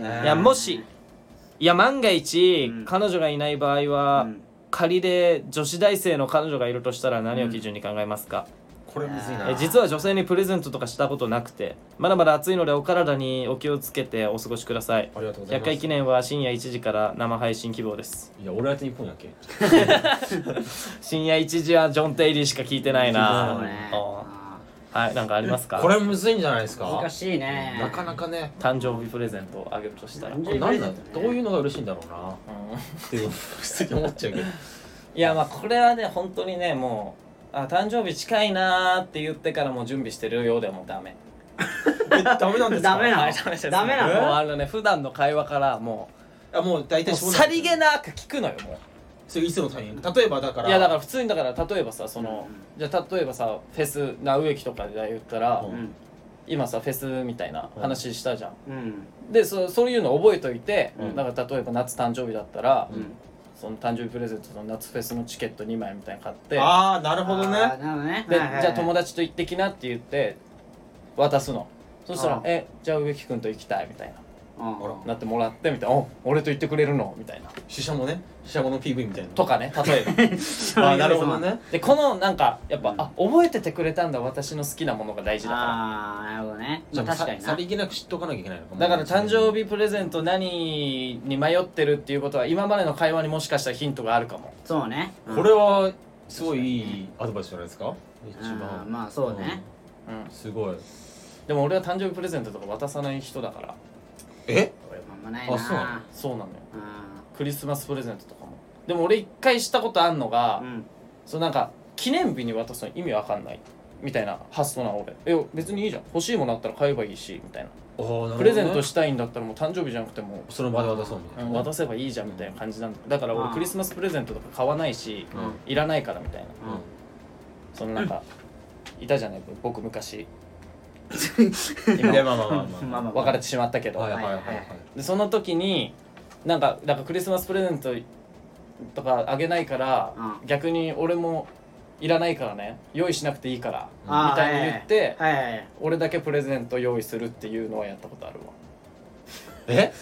万が一、彼女がいない場合は、仮で女子大生の彼女がいるとしたら何を基準に考えますか？ これむずいな。 実は女性にプレゼントとかしたことなくてまだまだ暑いのでお体にお気をつけてお過ごしください。 ありがとうございます。 100回記念は深夜1時から生配信希望です。 いや俺やって日本やっけ。 深夜1時はジョン・テイリーしか聞いてないな。はいなんかありますか？ これむずいんじゃないですか。 難しいね。 なかなかね。 誕生日プレゼントをあげるとしたらなんだどういうのが嬉しいんだろうなっていう普通に思っちゃうけど。 いやこれはね本当にねもう誕生日近いなーって言ってからもう準備してるようでもダメ。 ダメなんですか？ ダメなの？ダメなの？普段の会話からもう大体さりげなく聞くのよもう。 それいつのタイミング？例えばだからいやだから普通にだから例えばさじゃあ例えばさフェス植木とかで言ったら、今さフェスみたいな話したじゃん。でそういうの覚えといて、だから例えば夏誕生日だったら、その誕生日プレゼントの夏フェスのチケット2枚みたいに買って、 なるほどね。 でじゃあ友達と行ってきなって言って渡すの。そしたらじゃあ植木くんと行きたいみたいななってもらってみたいな俺と言ってくれるのみたいな。 シシャモの PV みたいなとかね例えばなるほどね。 でこのなんかやっぱ覚えててくれたんだ私の好きなものが大事だから。 なるほどね。 確かにさりげなく知っとかなきゃいけないのかも。 だから誕生日プレゼント何に迷ってるっていうことは今までの会話にもしかしたらヒントがあるかも。 そうね。 これはすごいいいアドバイスじゃないですか。一番まあそうね。 すごい。 でも俺は誕生日プレゼントとか渡さない人だから。 俺もあんまないな。 そうなのよ。クリスマスプレゼントとかも。でも俺一回したことあんのが、なんか記念日に渡すの意味わかんない。 みたいな発想なの俺。別にいいじゃん、欲しいものあったら買えばいいしみたいな。プレゼントしたいんだったらもう誕生日じゃなくてもその場で渡そうみたいな、 渡せばいいじゃんみたいな感じなんだ。だから俺クリスマスプレゼントとか買わないし、いらないからみたいな、そのなんかいたじゃない、僕昔今別れてしまったけど、でその時になんかクリスマスプレゼントとかあげないから、逆に俺もいらないからね、用意しなくていいからみたいに言って、俺だけプレゼント用意するっていうのはやったことあるわ。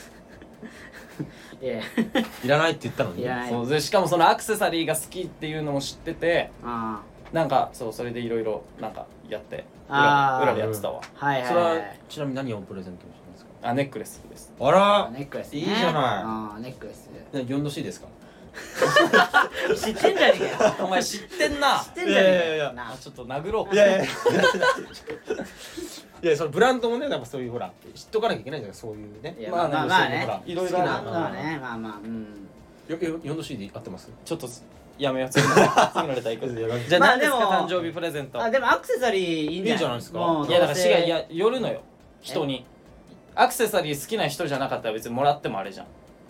いらないって言ったのに。 そうで、しかもそのアクセサリーが好きっていうのも知ってて、なんかそう、それでいろいろなんかやって裏でやってたわ。 それはちなみに何をプレゼントしたんですか？ ネックレスです。 あら、 ネックレスいいじゃない。 ネックレス 4°C ですか？ 知ってんじゃねえかよ。 お前知ってんな。 知ってんじゃねえかよ。 ちょっと殴ろう。 いやそのブランドもね、なんかそういうほら知っとかなきゃいけないじゃん、そういうね。 まあね、 いろいろあるのね、まあ 4°C で合ってます？ ちょっとやめよう、次のレター行く。じゃあ何ですか、誕生日プレゼント。 でもアクセサリーいいんじゃないですか。 いやだから違う、いや寄るのよ、人に。アクセサリー好きな人じゃなかったら別にもらってもあれじゃん。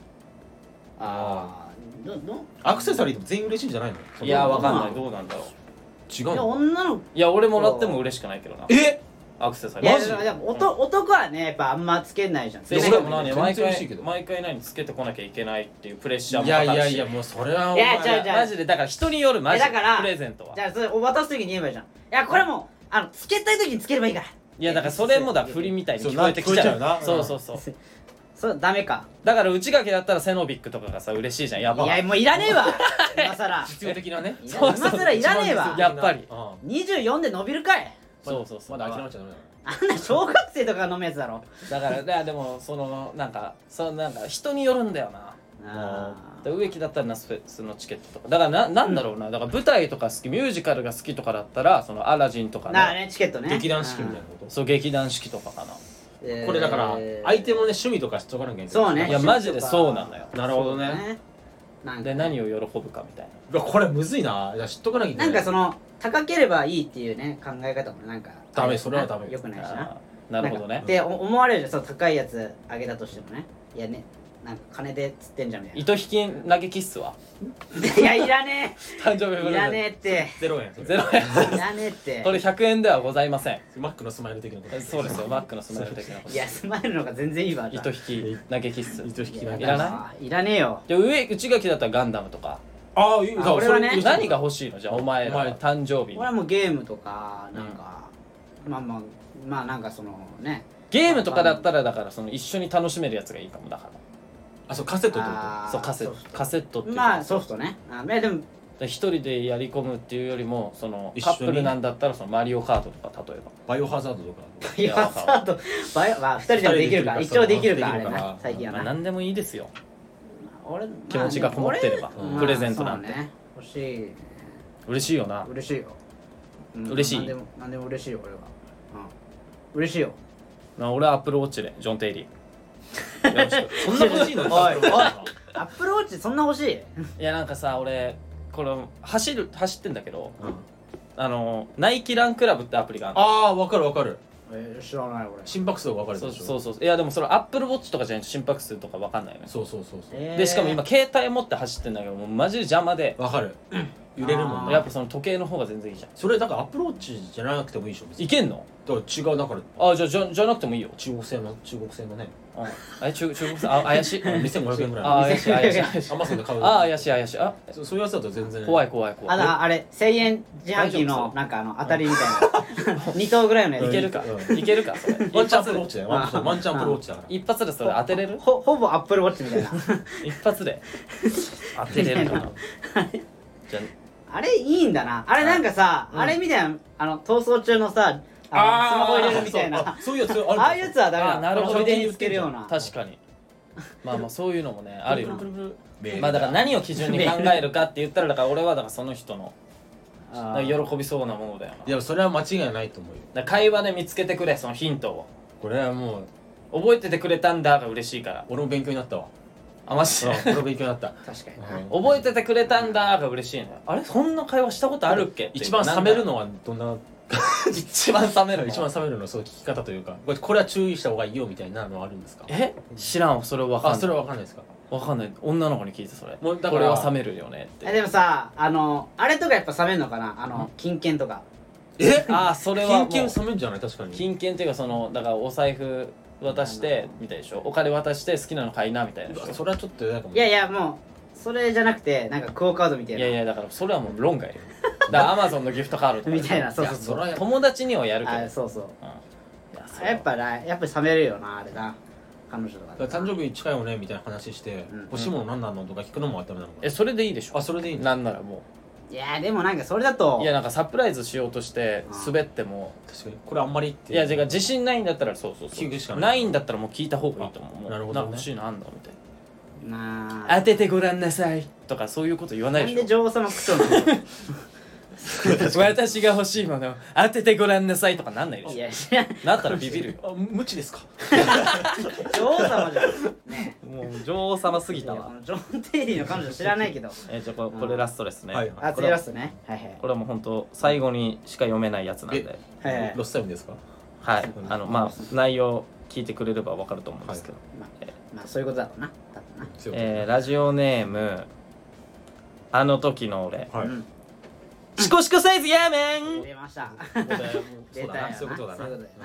アクセサリーでも全員嬉しいんじゃないの？ いやわかんない、どうなんだろう。 違うの？ いや女の、 いや俺もらっても嬉しくないけどな。アクセサリー。いやでも男はねやっぱあんまつけないじゃん。 俺も何毎回何つけてこなきゃいけないっていうプレッシャーもかかるし。 いやもうそれは。 いやじゃあマジでだから人による、マジでプレゼントは。 じゃあそれ渡す時に言えばいいじゃん。いやこれもつけたい時につければいいから。 いやだからそれもだ振りみたいに聞こえてきちゃうな。そうそうダメか。 だから内垣だったらセノビックとかがさ嬉しいじゃん。やばい。 いやもういらねえわ。今さら実用的なね。 今さらいらねえわ。 やっぱり 24で伸びるかい。 そうまだ諦めちゃダメだ。 あんな小学生とかが飲むやつだろ。 だからでもそのなんか人によるんだよな。植木だったらナスフェスのチケットとかだからなんだろうな、だから舞台とか好き、ミュージカルが好きとかだったらそのアラジンとかね、チケットね、 劇団四季みたいなこと。 そう劇団四季とかかな。 これだから相手のね趣味とか知っとかなきゃいけない。 そうね。 いやマジでそうなんだよ。 なるほどね。 で何を喜ぶかみたいな。これむずいな。知っとかなきゃいけない。 なんかその高ければいいっていうね考え方もなんかダメ、それはダメ。 よくないしな。 なるほどね。 って思われるじゃん、そう高いやつあげたとしてもね。いやね、なんか金で釣ってんじゃんみたいな。 糸引き投げキッスは？ いやいらねえ。誕生日プレゼント。 いらねえって。 0円。 いらねえって。 これ100円ではございません。 マックのスマイル的なこと。 そうですよ、マックのスマイル的なこと。 いやスマイルの方が全然いいわ。 糸引き投げキッス。 糸引き投げ。 いらない？ いらねえよ。 で内垣だったらガンダムとか。 俺はね。 何が欲しいのじゃあお前ら誕生日。 俺はもうゲームとかなんかまあなんかそのね。 ゲームとかだったらだからその一緒に楽しめるやつがいいかも。だからそうカセットってこと。 そうカセットっていうまあソフトね。でも一人でやり込むっていうよりもそのカップルなんだったらそのマリオカートとか例えばバイオハザードとか。 バイオハザード2人でもできるか。一応できるかあれな最近はな。 何でもいいですよ。 俺気持ちがこもってればプレゼントなんて欲しい。 嬉しいよな。 嬉しいよ。 嬉しい。 何でも嬉しいよ俺は。嬉しいよ。 俺はアップルウォッチでジョン・テイリー。 そんな欲しいの？ おいアップルウォッチそんな欲しい？ いやなんかさ俺これ走ってんだけど、ナイキランクラブってアプリがあるの。 ああ分かる。 知らない俺。 心拍数が分かるでしょ。 そういやでもそれアップルウォッチとかじゃないと心拍数とか分かんないよね。 そうでしかも今携帯持って走ってんだけどもうマジで邪魔で分かる。揺れるもんね。 やっぱその時計の方が全然いいじゃん。 それなんかアップルウォッチじゃなくてもいいでしょ。 いけんの？ だから違うだから。 じゃなくてもいいよ。 中国製のね。 中国製怪しい。 2500円ぐらい。 怪しい。 アマゾンで買う。 怪しい。 そういうやつだと全然怖い。 あれ1000円自販機のなんか当たりみたいな2等ぐらいのやつ。 いけるかそれ。 ワンチャンアップルウォッチだよ。ワンチャンアップルウォッチだから。 一発でそれ当てれる？ ほぼアップルウォッチみたいな。 一発で当てれるかな。じゃあれいいんだな。あれなんかさ、あれみたいな逃走中のさスマホ入れるみたいな。 そういうやつああいうやつはダメだ。 なるほど。 筆につけるような。 確かに。まあそういうのもねあるよ。まあだから何を基準に考えるかって言ったらだから俺はだからその人の喜びそうなものだよな。 いやそれは間違いないと思うよ。 だから会話で見つけてくれそのヒントを。 これはもう覚えててくれたんだが嬉しいから。 俺も勉強になったわ。 マジで？ 俺も勉強になった。 確かに覚えててくれたんだが嬉しいのよ。あれそんな会話したことあるっけ？ 一番冷めるのはどんな？ 一番冷めるの一番冷めるのそう聞き方というかこれは注意した方がいいよみたいなのはあるんですか？ 知らんそれ分かんない。 それは分かんないですか？ 分かんない。女の子に聞いてそれもうだからこれは冷めるよねって。 でもさあれとかやっぱ冷めるのかな金券とか。 それは金券冷めるんじゃない？確かに金券っていうかだからお財布渡してみたいでしょ。お金渡して好きなの買いなみたいな。 それはちょっと嫌かも。 いやもうそれじゃなくてなんかクオカードみたいな。 いやだからそれはもう論外よ。だからアマゾンのギフトカードとかみたいな。そう友達にはやるけど。 そうやっぱ冷めるよなあれな彼女とか。 誕生日近いよねみたいな話して欲しいもの何なのとか聞くのもダメなのか。 それでいいでしょ。 それでいい。 なんならもういやでもなんかそれだとなんかサプライズしようとして滑っても確かにこれあんまりっていや自信ないんだったらそう聞くしかないんだったらもう聞いた方がいいと思う。 なるほどね。 欲しいのあんのみたいな当ててごらんなさいとかそういうこと言わないでしょ。 なんで女王様クソなの私が欲しいもの当ててごらんなさいとかなんないでしょ。 いや知らんなったらビビるよ。 無知ですか？ 女王様じゃんね。 もう女王様すぎたわ。 ジョン・テイリーの彼女知らないけど。 じゃあこれラストですね。 次ラストね。 これはもう本当最後にしか読めないやつなんで。 ロスタイムですか？ はい。まあ内容聞いてくれればわかると思うんですけど。 まあそういうことだろうな。 ラジオネームあの時の俺。シコシコサイズやめん。 出ました。 出たよ。そういうことだな。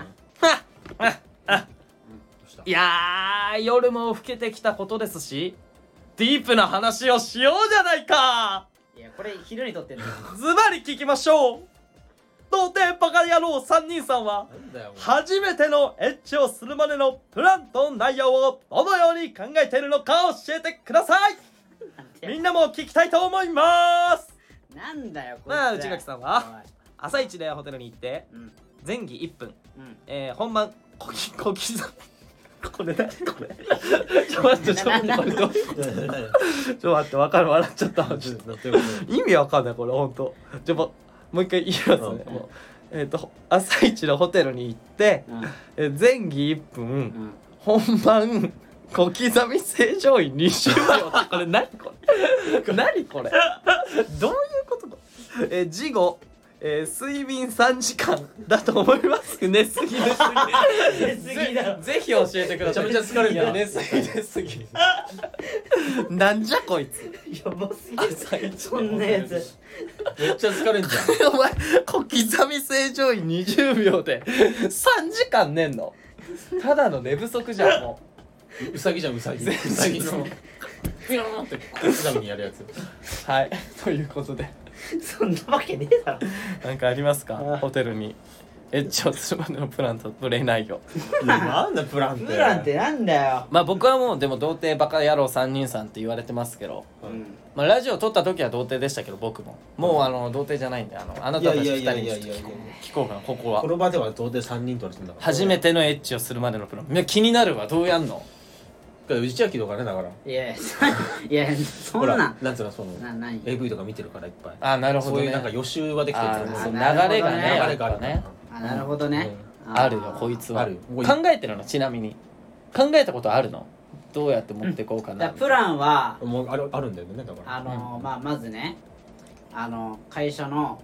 いや夜も更けてきたことですしディープな話をしようじゃないか。 いやこれ昼に撮ってる。 ズバリ聞きましょう。童貞バカ野郎3人さんは初めてのエッチをするまでのプランと内容をどのように考えているのか教えてください。みんなも聞きたいと思います。 なんだよこれ。内垣さんは朝一でホテルに行って前儀1分本番小刻みこれ何これちょっと待ってこれどういうことちょっと待って分かる笑っちゃった意味わかんないこれほんともう一回言いますね。朝一のホテルに行って前儀1分本番小刻み正常位20秒これ何これ何これどういうこと事後睡眠3時間だと思います寝すぎ寝すぎだぜひ教えてください。 めちゃめちゃ疲れるんだ。 寝すぎ寝すぎなんじゃこいつやばすぎるそんなやつめっちゃ疲れんじゃん。 お前小刻み正常位20秒で3時間寝んのただの寝不足じゃん。もうさぎじゃんうさぎのピヨーンって小刻みにやるやつ。 はいということでそんなわけねえだろ。 なんかありますか？ホテルにエッチをするまでのプランとプレイ内容。 なんだプランって。 プランってなんだよ。 まあ僕はもうでも童貞バカ野郎3人さんって言われてますけど、まあラジオ撮った時は童貞でしたけど僕ももう童貞じゃないんであなたたち2人に聞こうかな。ここはこの場では童貞3人とれてんだから。 初めてのエッチをするまでのプラン気になるわ。どうやんの？ 内垣とかねだから。 いやそんななんつうのAV とか見てるからいっぱい。 なるほどね。 そういうなんか予習はできてると思う。 流れがね流れがあるね。 なるほどね。 あるよこいつは。 ある。 考えてるの？ちなみに考えたことあるの？どうやって持ってこうかな。 プランはもうあるんだよねだから。 まあまずね会社の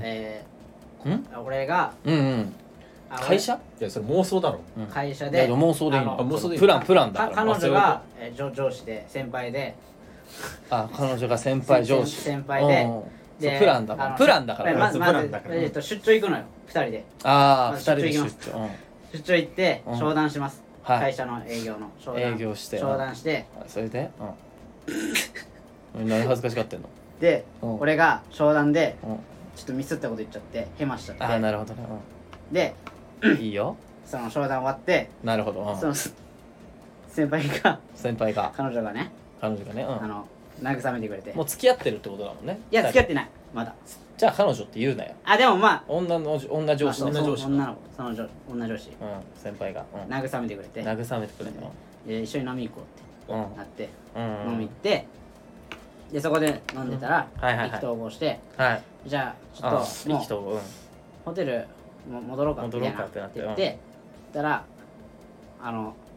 俺が会社？ いやそれ妄想だろ。 会社で妄想でいいの？ 妄想でいい。 プランだから。 彼女が上司で先輩で。 彼女が先輩上司。 先輩で。 プランだから。プランだから。 まず出張行くのよ2人で。 2人で出張。 出張行って商談します。会社の営業の営業して商談して。 それで何恥ずかしがってんの？ で俺が商談でちょっとミスったこと言っちゃってヘマしちゃって。 なるほどね。 でいいよ。 その商談終わってなるほど。 その先輩が彼女がね慰めてくれて。 もう付き合ってるってことだもんね。 いや付き合ってないまだ。 じゃあ彼女って言うなよ。 でもまあ女上司。 女上司先輩が慰めてくれて一緒に飲み行こうってなって飲み行ってでそこで飲んでたら意気投合してじゃあちょっともうホテル戻ろうかって言ってたら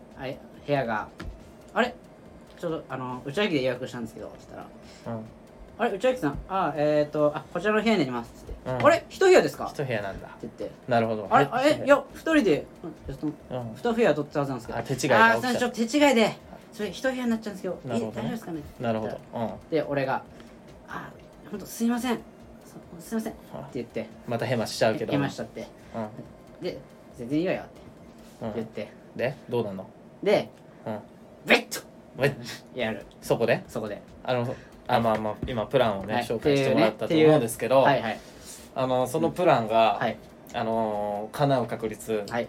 部屋があれちょっと内垣で予約したんですけどって言ったらあれ内垣さんこちらの部屋になりますって、あれ一部屋ですか、 一部屋なんだって言って、 なるほど。 あれいや二人で二部屋取ったはずなんですけど、 手違いが起きた。 ちょっと手違いでそれ一部屋になっちゃうんですけど、大丈夫ですかね。 なるほど。 で俺が本当すいませんすいませんって言って、 またヘマしちゃうけど、 ヘマしちゃって、で全然いいわよって言って、 でどうなんのでベッとやる。 そこでまあ今プランをね紹介してもらったと思うんですけど、そのプランが叶う確率0%。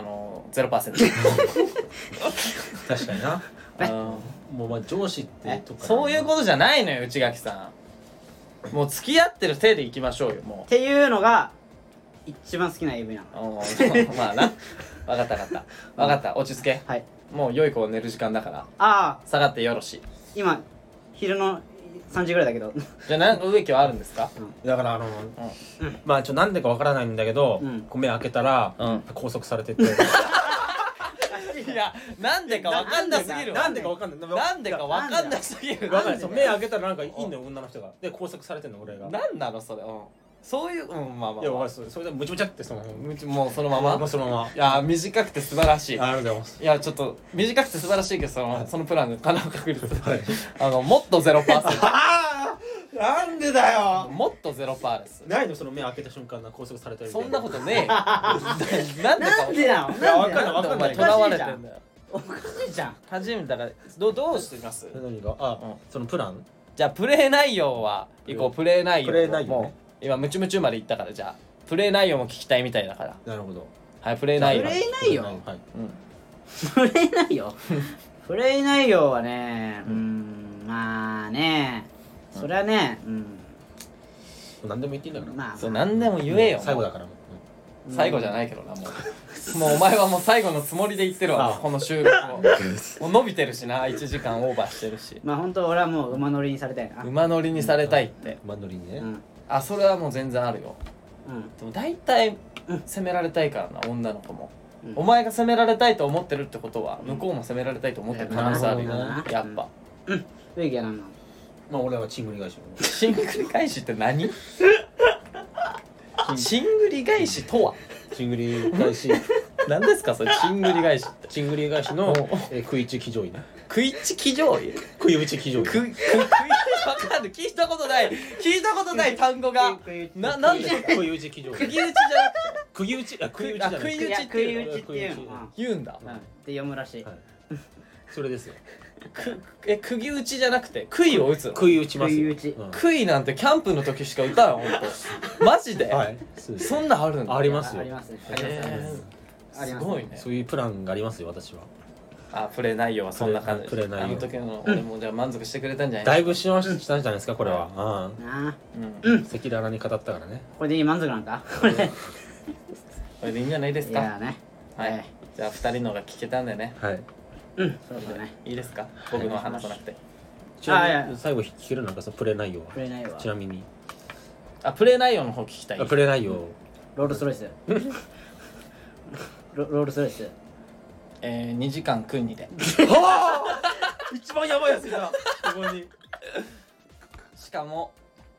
確かにな。もう上司ってとかそういうことじゃないのよ内垣さん。もう付き合ってる手でいきましょうよもう。 っていうのが一番好きな AV なの。 まあな、分かった落ち着け。もう良い子寝る時間だから下がってよろしい。 今昼の3時ぐらいだけど。 じゃあ何か植木はあるんですか。 だからまあなんでかわからないんだけど、目開けたら拘束されてて、いやなんでかわかんなすぎるわ。 なんでかわかんないなんでかわかんなすぎる。 目開けたらなんかいいんだよ女の人が。で拘束されてんの俺が。 なんなのそれ。そういうまあまあ。 いやそれでムチムチってもうそのまま。いや短くて素晴らしい。 ありがとうございます。 いやちょっと短くて素晴らしいけどそのプランが叶う確率もっと 0%。 なんでだよ。 もっと 0% です。 ないのその目開けた瞬間拘束されたり。 そんなことねえ。 なんでなの。 わかんない。 囚われてんだよ。 おかしいじゃん。 初めてだからどうしてます何がそのプラン。 じゃあプレイ内容はプレイ内容も今ムチムチまでいったから、じゃあプレイ内容も聞きたいみたいだから。 なるほど。 はいプレイ内容。 プレイ内容はね、まあね、それはね、 何でも言っていいんだから。 まあそう何でも言えよ。 最後だから。 最後じゃないけどなもうお前はもう最後のつもりで言ってるわこの収録を。もう伸びてるしな、1時間オーバーしてるし。 まあ本当俺はもう馬乗りにされたいな。 馬乗りにされたいって。 馬乗りにね。 それはもう全然あるよ。でも大体責められたいからな女の子も。お前が責められたいと思ってるってことは向こうも責められたいと思ってる可能性あるよやっぱ。 植木は何なの。 まあ俺はチングリ返し。 チングリ返しって何。チングリ返しとは。 チングリ返し何ですかそれ。チングリ返しって。 チングリ返しの食い打ち騎乗位ね。 食い打ち騎乗位。 食い打ち騎乗位。 分かんない。聞いたことない単語が。なんで食い打ち騎乗位。 釘打ちじゃなくて釘打ちじゃない。 食い打ちっていうの。 言うんだ。 って読むらしい。 それですよ。 釘打ちじゃなくて杭を打つの。 杭打ちますよ。 杭なんてキャンプの時しか打たん。ほんとマジで。そんなんあるんだ。 ありますよ。 ありますね。 すごいね。 そういうプランがありますよ私は。 プレイ内容はそんな感じ。 プレイ内容。 あの時の俺もじゃあ満足してくれたんじゃない。 だいぶしましたんじゃないですかこれは。赤裸々に語ったからね。 これでいい満足なんか。 これでいいんじゃないですか。 いやね。 はい。じゃあ2人のが聞けたんでね。 はい。 そうだね。 いいですか僕の話さなくて。 ちなみに最後聞けるなんかそのプレイ内容は。ちなみに。 プレイ内容の方聞きたい。 プレイ内容。 ロールスロイス。ロールスロイス。 2時間組んで。 一番やばいやつだ。ここに。 しかも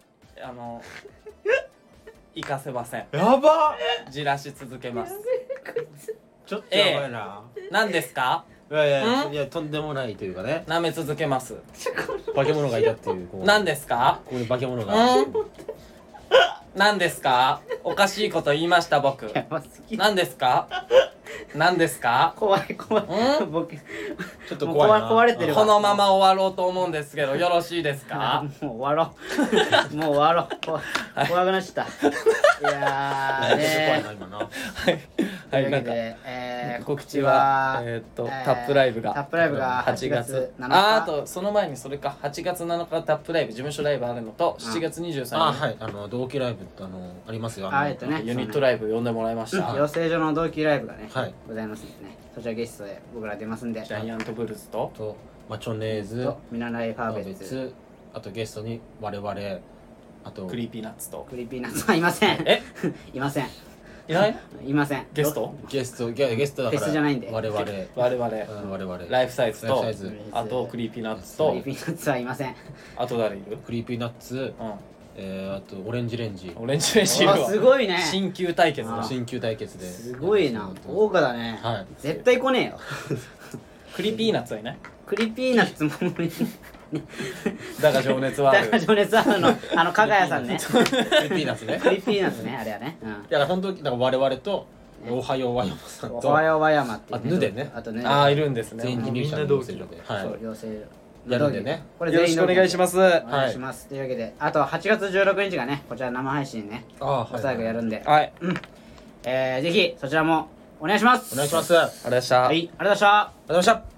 行かせません。 やば。 じらし続けます。 ちょっとやばいな。 何ですか。 いやとんでもないというかね。 舐め続けます。 化け物がいたっていう。 何ですか。 ここに化け物が。 何ですか。おかしいこと言いました僕。何ですか。何ですか。 怖い僕ちょっと怖いな。 壊れてる。 このまま終わろうと思うんですけどよろしいですか。 もう終わろう怖くなっちゃった。いや怖いな今な。 はいなんか告知はタップライブが8月7日。あとその前にそれか8月7日タップライブ事務所ライブあるのと7月23日はい同期ライブってありますよ。 ユニットライブ呼んでもらいました。 養成所の同期ライブがねございますんでね、そちらゲストで僕ら出ますんで、 ジャイアントブルーズとマチョネーズミナライファーベツ、 あとゲストに我々、あとクリーピーナッツと。 クリーピーナッツはいません。いません。 いない？ いません。 ゲストゲストだからフェスじゃないんで我々 ライフサイズとライフサイズあとクリーピーナッツとクリーピーナッツはいません。 あと誰いる？ クリーピーナッツあとオレンジレンジオレンジレンジいるわ。 すごいね。 新旧対決だ。 新旧対決ですごいな。豪華だね。絶対来ねえよ。 クリーピーナッツはいない？ クリーピーナッツもだが情熱はある。 だが情熱あるの加賀谷さんね。 クリーピーナッツねクリーピーナッツね、あれはね。 いや本当に我々とおはよう和山さんとおはよう和山ってあとヌデね。 あとね。 ああいるんですね。 全員入社の同期でそう養成やるんでね。 これよろしくお願いします。 お願いします。というわけで、あと8月16日がね、こちら生配信ね、最後やるんで、 はい。 ぜひそちらもお願いします。 お願いします。 ありがとうございました。 はい、ありがとうございました。 ありがとうございました。